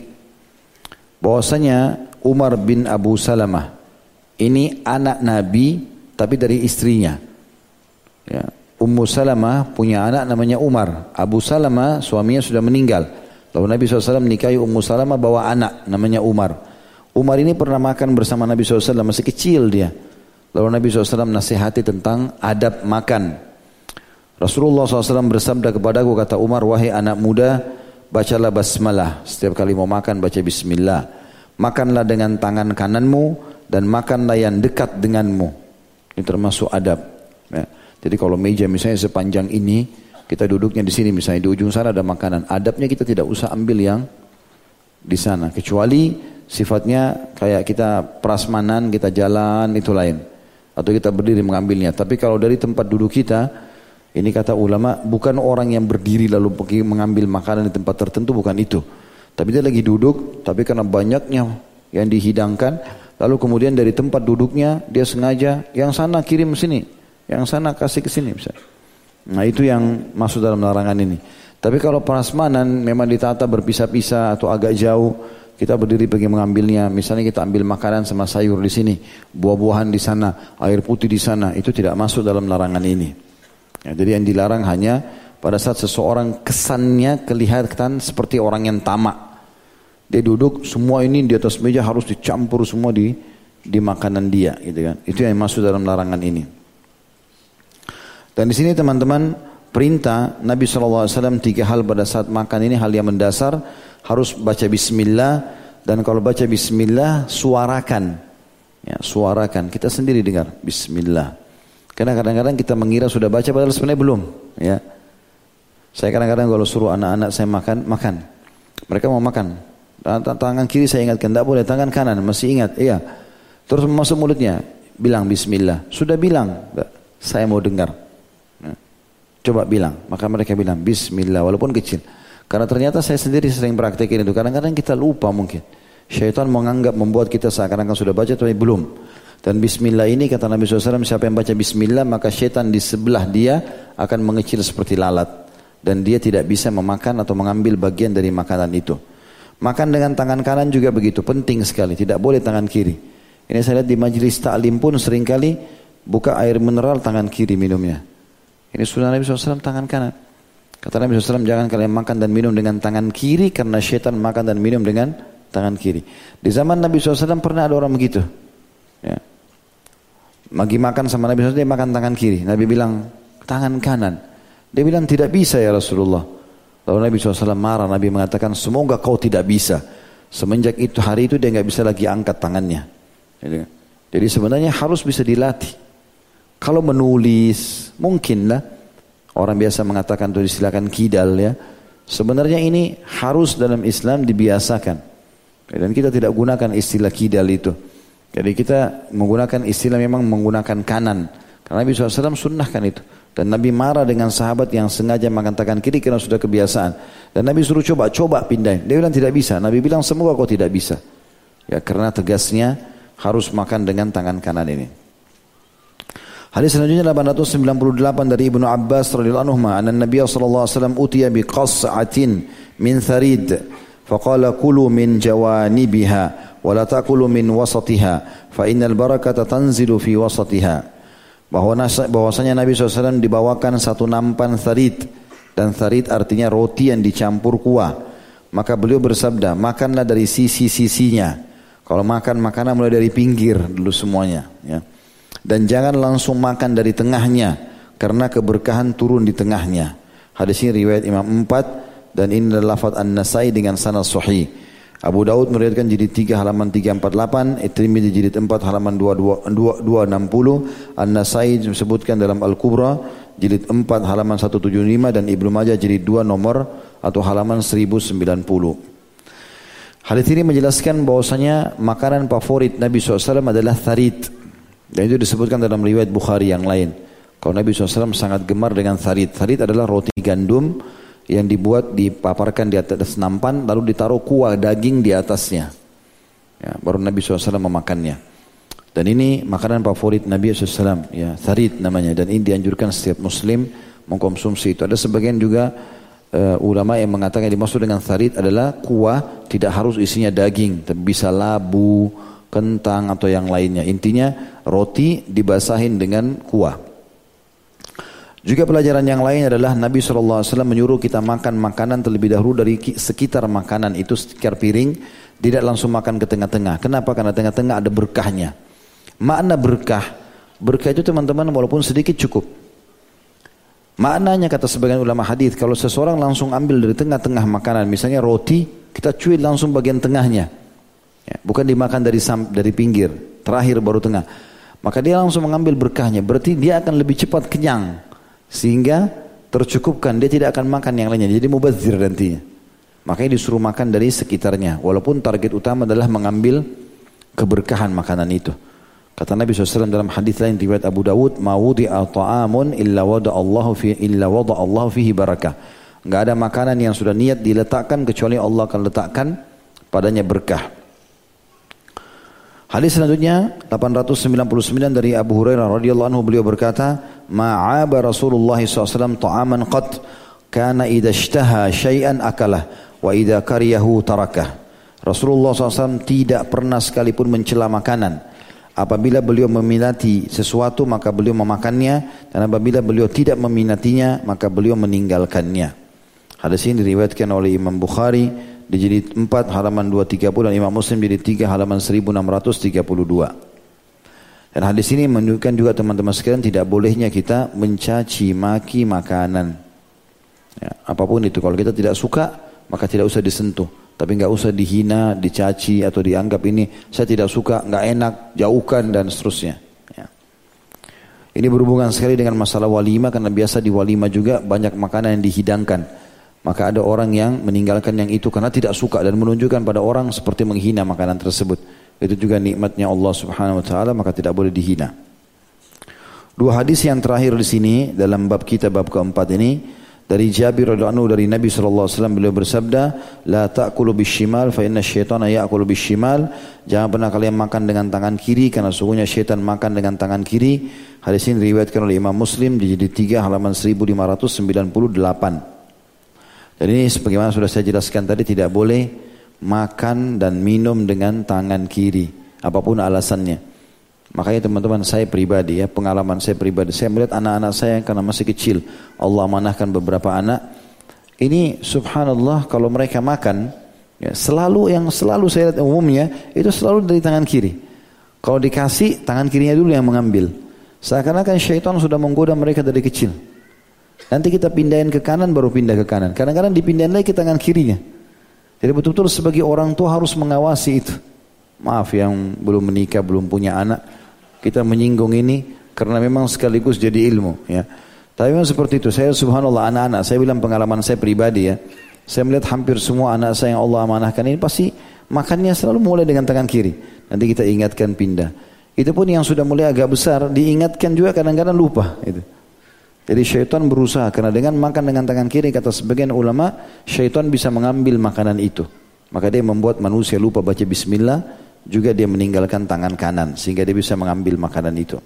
Bahwasanya Umar bin Abu Salamah ini anak Nabi tapi dari istrinya. Ya, Ummu Salamah punya anak namanya Umar. Abu Salamah suaminya sudah meninggal. Lalu Nabi SAW menikahi Ummu Salamah bawa anak namanya Umar. Umar ini pernah makan bersama Nabi SAW, masih kecil dia. Lalu Nabi SAW nasihati tentang adab makan. Rasulullah SAW bersabda kepadaku, kata Umar, wahai anak muda, bacalah basmalah. Setiap kali mau makan baca bismillah. Makanlah dengan tangan kananmu dan makanlah yang dekat denganmu. Ini termasuk adab. Ya. Jadi kalau meja misalnya sepanjang ini, kita duduknya di sini misalnya di ujung sana ada makanan. Adabnya kita tidak usah ambil yang di sana. Kecuali sifatnya kayak kita prasmanan, kita jalan, itu lain. Atau kita berdiri mengambilnya. Tapi kalau dari tempat duduk kita, ini kata ulama, bukan orang yang berdiri lalu pergi mengambil makanan di tempat tertentu, bukan itu. Tapi dia lagi duduk, tapi karena banyaknya yang dihidangkan, lalu kemudian dari tempat duduknya, dia sengaja, yang sana kirim sini, yang sana kasih ke sini. Nah itu yang masuk dalam larangan ini. Tapi kalau prasmanan memang ditata berpisah-pisah atau agak jauh, kita berdiri pergi mengambilnya. Misalnya kita ambil makanan sama sayur di sini, buah-buahan di sana, air putih di sana, itu tidak masuk dalam larangan ini. Ya, jadi yang dilarang hanya pada saat seseorang kesannya kelihatan seperti orang yang tamak. Dia duduk, semua ini di atas meja harus dicampur semua di makanan dia, gitu kan. Itu yang masuk dalam larangan ini. Dan di sini teman-teman, perintah Nabi SAW 3 hal pada saat makan ini, hal yang mendasar, harus baca bismillah, dan kalau baca bismillah suarakan. Ya, suarakan, kita sendiri dengar bismillah. Karena kadang-kadang kita mengira sudah baca padahal sebenarnya belum. Ya. Saya kadang-kadang kalau suruh anak-anak saya makan. Mereka mau makan. Tangan kiri saya ingatkan, tidak boleh, tangan kanan masih ingat. Iya. Terus masuk mulutnya, bilang bismillah. Sudah bilang, saya mau dengar. Ya. Coba bilang, maka mereka bilang bismillah walaupun kecil. Karena ternyata saya sendiri sering praktekin itu. Kadang-kadang kita lupa mungkin. Syaitan menganggap membuat kita seakan-akan sudah baca tapi belum. Dan bismillah ini kata Nabi SAW, siapa yang baca bismillah maka syaitan di sebelah dia akan mengecil seperti lalat. Dan dia tidak bisa memakan atau mengambil bagian dari makanan itu. Makan dengan tangan kanan juga begitu, penting sekali. Tidak boleh tangan kiri. Ini saya lihat di majelis ta'lim pun seringkali buka air mineral tangan kiri minumnya. Ini sunnah Nabi SAW tangan kanan. Kata Nabi SAW, jangan kalian makan dan minum dengan tangan kiri karena syaitan makan dan minum dengan tangan kiri. Di zaman Nabi SAW pernah ada orang begitu. Ya. Lagi makan sama Nabi SAW, dia makan tangan kiri. Nabi bilang, tangan kanan. Dia bilang, tidak bisa ya Rasulullah. Lalu Nabi SAW marah. Nabi mengatakan, semoga kau tidak bisa. Semenjak itu hari itu dia nggak bisa lagi angkat tangannya. Jadi sebenarnya harus bisa dilatih. Kalau menulis, mungkinlah. Orang biasa mengatakan itu silakan kidal ya. Sebenarnya ini harus dalam Islam dibiasakan. Dan kita tidak gunakan istilah kidal itu. Jadi kita menggunakan istilah memang menggunakan kanan. Karena Nabi SAW sunnahkan itu. Dan Nabi marah dengan sahabat yang sengaja makan tangan kiri karena sudah kebiasaan. Dan Nabi suruh coba pindahin. Dia bilang tidak bisa. Nabi bilang semoga kau tidak bisa. Ya karena tegasnya harus makan dengan tangan kanan ini. Hadis selanjutnya 898 dari Ibnu Abbas radhiyallahu anhu, anna Nabi sallallahu alaihi wasallam utiya bi qas'atin min tharid, faqala kulu min jawanibiha wa la taqulu min wasatiha fa innal barakata tanzilu fi wasatiha. Bahwasanya Nabi SAW dibawakan satu nampan tharid, dan tharid artinya roti yang dicampur kuah. Maka beliau bersabda, makanlah dari sisi-sisinya. Kalau makan makanan mulai dari pinggir dulu semuanya ya. Dan jangan langsung makan dari tengahnya karena keberkahan turun di tengahnya. Hadis ini riwayat Imam 4 dan ini adalah lafaz An-Nasai dengan sanad sahih. Abu Daud meriwayatkan jilid 3 halaman 348, At-Tirmidzi jilid 4 halaman 260, An-Nasai disebutkan dalam Al-Kubra jilid 4 halaman 175 dan Ibnu Majah jilid 2 nomor atau halaman 1090. Hadis ini menjelaskan bahwasanya makanan favorit Nabi SAW adalah tharid. Dan itu disebutkan dalam riwayat Bukhari yang lain. Kalau Nabi SAW sangat gemar dengan tharid. Tharid adalah roti gandum yang dipaparkan di atas nampan lalu ditaruh kuah daging di atasnya. Ya, baru Nabi SAW memakannya. Dan ini makanan favorit Nabi SAW. Ya, tharid namanya. Dan ini dianjurkan setiap Muslim mengkonsumsi itu. Ada sebagian juga ulama yang mengatakan dimaksud dengan tharid adalah kuah tidak harus isinya daging, tapi bisa labu, kentang atau yang lainnya. Intinya roti dibasahin dengan kuah. Juga pelajaran yang lain adalah Nabi SAW menyuruh kita makan makanan terlebih dahulu dari sekitar makanan itu, sekitar piring, Tidak langsung makan ke tengah-tengah. Kenapa? Karena tengah-tengah ada berkahnya. Makna berkah itu teman-teman walaupun sedikit cukup. Maknanya kata sebagian ulama hadis, kalau seseorang langsung ambil dari tengah-tengah makanan, misalnya roti, kita cuit langsung bagian tengahnya. Ya, bukan dimakan dari pinggir, terakhir baru tengah. Maka dia langsung mengambil berkahnya, berarti dia akan lebih cepat kenyang. Sehingga tercukupkan, dia tidak akan makan yang lainnya, jadi mubazir nantinya. Makanya disuruh makan dari sekitarnya. Walaupun target utama adalah mengambil keberkahan makanan itu. Kata Nabi SAW dalam hadis lain riwayat Abu Dawud, "Ma wudi'a ta'amun illa wada Allah fihi barakah." Enggak ada makanan yang sudah niat diletakkan kecuali Allah akan letakkan padanya berkah. Hadis selanjutnya 899 dari Abu Hurairah radhiyallahu anhu, beliau berkata, "Ma'aba Rasulullah SAW ta'aman qat kana idza ishtaha syai'an akalah wa idza kariyahu tarakah." Rasulullah SAW tidak pernah sekalipun mencela makanan. Apabila beliau meminati sesuatu maka beliau memakannya, dan apabila beliau tidak meminatinya maka beliau meninggalkannya. Hadis ini diriwayatkan oleh Imam Bukhari di jilid 4 halaman 230 dan Imam Muslim jilid 3 halaman 1632. Dan hadis ini menunjukkan juga teman-teman sekalian tidak bolehnya kita mencaci maki makanan. Ya, apapun itu, kalau kita tidak suka maka tidak usah disentuh, tapi nggak usah dihina, dicaci atau dianggap ini saya tidak suka, nggak enak, jauhkan dan seterusnya. Ya. Ini berhubungan sekali dengan masalah walimah, karena biasa di walimah juga banyak makanan yang dihidangkan. Maka ada orang yang meninggalkan yang itu karena tidak suka dan menunjukkan pada orang seperti menghina makanan tersebut. Itu juga nikmatnya Allah Subhanahu Wa Taala, maka tidak boleh dihina. Dua hadis yang terakhir di sini dalam bab kita, bab keempat ini. Dari Jabir radhiyallahu anhu dari Nabi SAW beliau bersabda, "La ta'kulu bishimal fa inna syaitana ya'kulu bishimal." Jangan pernah kalian makan dengan tangan kiri karena sesungguhnya syaitan makan dengan tangan kiri. Hadis ini diriwayatkan oleh Imam Muslim di jilid 3 halaman 1598. Dan ini sebagaimana sudah saya jelaskan tadi, tidak boleh makan dan minum dengan tangan kiri, apapun alasannya. Makanya teman-teman, saya pribadi ya, pengalaman saya pribadi, saya melihat anak-anak saya karena masih kecil, Allah amanahkan beberapa anak. Ini subhanallah, kalau mereka makan, ya, yang selalu saya lihat umumnya itu selalu dari tangan kiri. Kalau dikasih, tangan kirinya dulu yang mengambil. Seakan-akan syaitan sudah menggoda mereka dari kecil. Nanti kita pindahin ke kanan, baru pindah ke kanan. Kadang-kadang dipindahin lagi ke tangan kirinya. Jadi betul-betul sebagai orang tua harus mengawasi itu. Maaf yang belum menikah, belum punya anak, kita menyinggung ini karena memang sekaligus jadi ilmu ya. Tapi memang seperti itu. Saya subhanallah, anak-anak, saya bilang pengalaman saya pribadi ya. Saya melihat hampir semua anak saya yang Allah amanahkan ini pasti makannya selalu mulai dengan tangan kiri. Nanti kita ingatkan pindah. Itu pun yang sudah mulai agak besar diingatkan juga kadang-kadang lupa itu. Jadi syaitan berusaha, karena dengan makan dengan tangan kiri kata sebagian ulama, syaitan bisa mengambil makanan itu. Maka dia membuat manusia lupa baca bismillah, juga dia meninggalkan tangan kanan sehingga dia bisa mengambil makanan itu.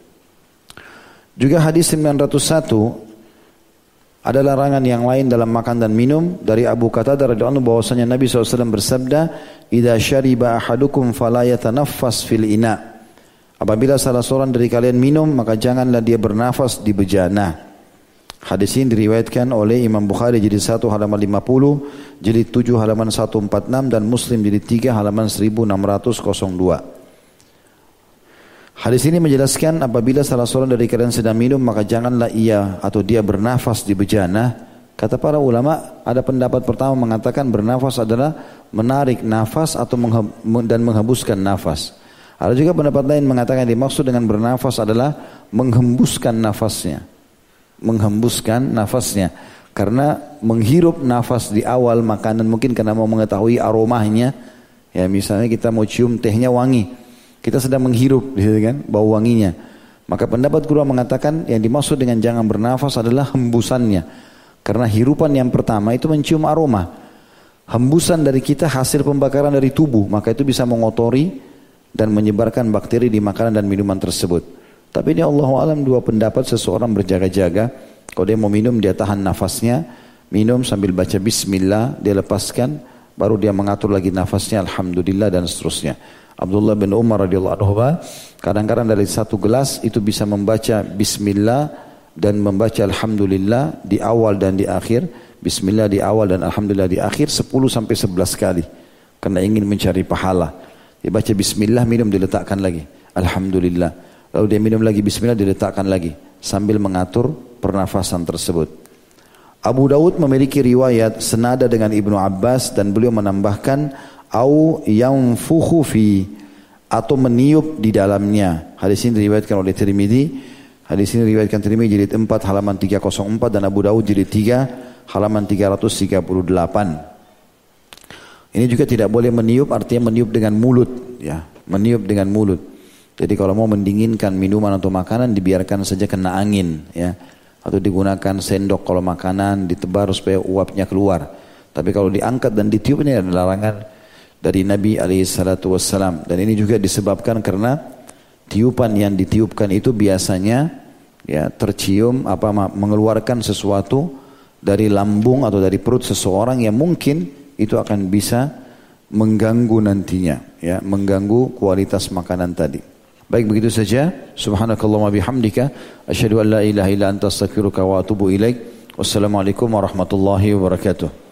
Juga hadis 901 ada larangan yang lain dalam makan dan minum dari Abu Qatadah radhiyallahu anhu bahwasanya Nabi SAW bersabda, "Idza syariba ahadukum fala yatanaffas fil ina." Apabila salah seorang dari kalian minum maka janganlah dia bernafas di bejana. Hadis ini diriwayatkan oleh Imam Bukhari jilid 1 halaman 50, jilid 7 halaman 146 dan Muslim jilid 3 halaman 1602. Hadis ini menjelaskan apabila salah seorang dari kalian sedang minum maka janganlah ia atau dia bernafas di bejana. Kata para ulama, ada pendapat pertama mengatakan bernafas adalah menarik nafas atau dan menghembuskan nafas. Ada juga pendapat lain mengatakan dimaksud dengan bernafas adalah menghembuskan nafasnya. Menghembuskan nafasnya, karena menghirup nafas di awal makanan mungkin karena mau mengetahui aromanya, ya misalnya kita mau cium tehnya wangi, kita sedang menghirup gitu kan bau wanginya, maka pendapat kedua mengatakan yang dimaksud dengan jangan bernafas adalah hembusannya, karena hirupan yang pertama itu mencium aroma, hembusan dari kita hasil pembakaran dari tubuh, maka itu bisa mengotori dan menyebarkan bakteri di makanan dan minuman tersebut. Tapi ini Allahu alam, dua pendapat, seseorang berjaga-jaga. Kalau dia mau minum dia tahan nafasnya, minum sambil baca bismillah, dia lepaskan, baru dia mengatur lagi nafasnya, alhamdulillah dan seterusnya. Abdullah bin Umar radhiyallahu anhu kadang-kadang dari satu gelas itu bisa membaca bismillah dan membaca alhamdulillah di awal dan di akhir. Bismillah di awal dan alhamdulillah di akhir 10 sampai 11 kali. karena ingin mencari pahala. Dia baca bismillah, minum, diletakkan lagi. Alhamdulillah. Lalu dia minum lagi bismillah, diletakkan lagi. Sambil mengatur pernafasan tersebut. Abu Daud memiliki riwayat senada dengan Ibnu Abbas dan beliau menambahkan au yanfukhu fi, atau meniup di dalamnya. Hadis ini diriwayatkan oleh Tirmidzi. Hadis ini diriwayatkan Tirmidzi jilid 4 halaman 304 dan Abu Daud jilid 3 halaman 338. Ini juga tidak boleh meniup, artinya meniup dengan mulut, ya, meniup dengan mulut. Jadi kalau mau mendinginkan minuman atau makanan dibiarkan saja kena angin, ya. Atau digunakan sendok kalau makanan ditebar supaya uapnya keluar. Tapi kalau diangkat dan ditiup ini adalah larangan dari Nabi SAW. Dan ini juga disebabkan karena tiupan yang ditiupkan itu biasanya ya tercium mengeluarkan sesuatu dari lambung atau dari perut seseorang yang mungkin itu akan bisa mengganggu nantinya, ya, mengganggu kualitas makanan tadi. Baik, begitu saja. Subhanakallahumma bihamdika asyhadu an la ilaha illa anta astaghfiruka wa atubu ilaik. Wassalamualaikum warahmatullahi wabarakatuh.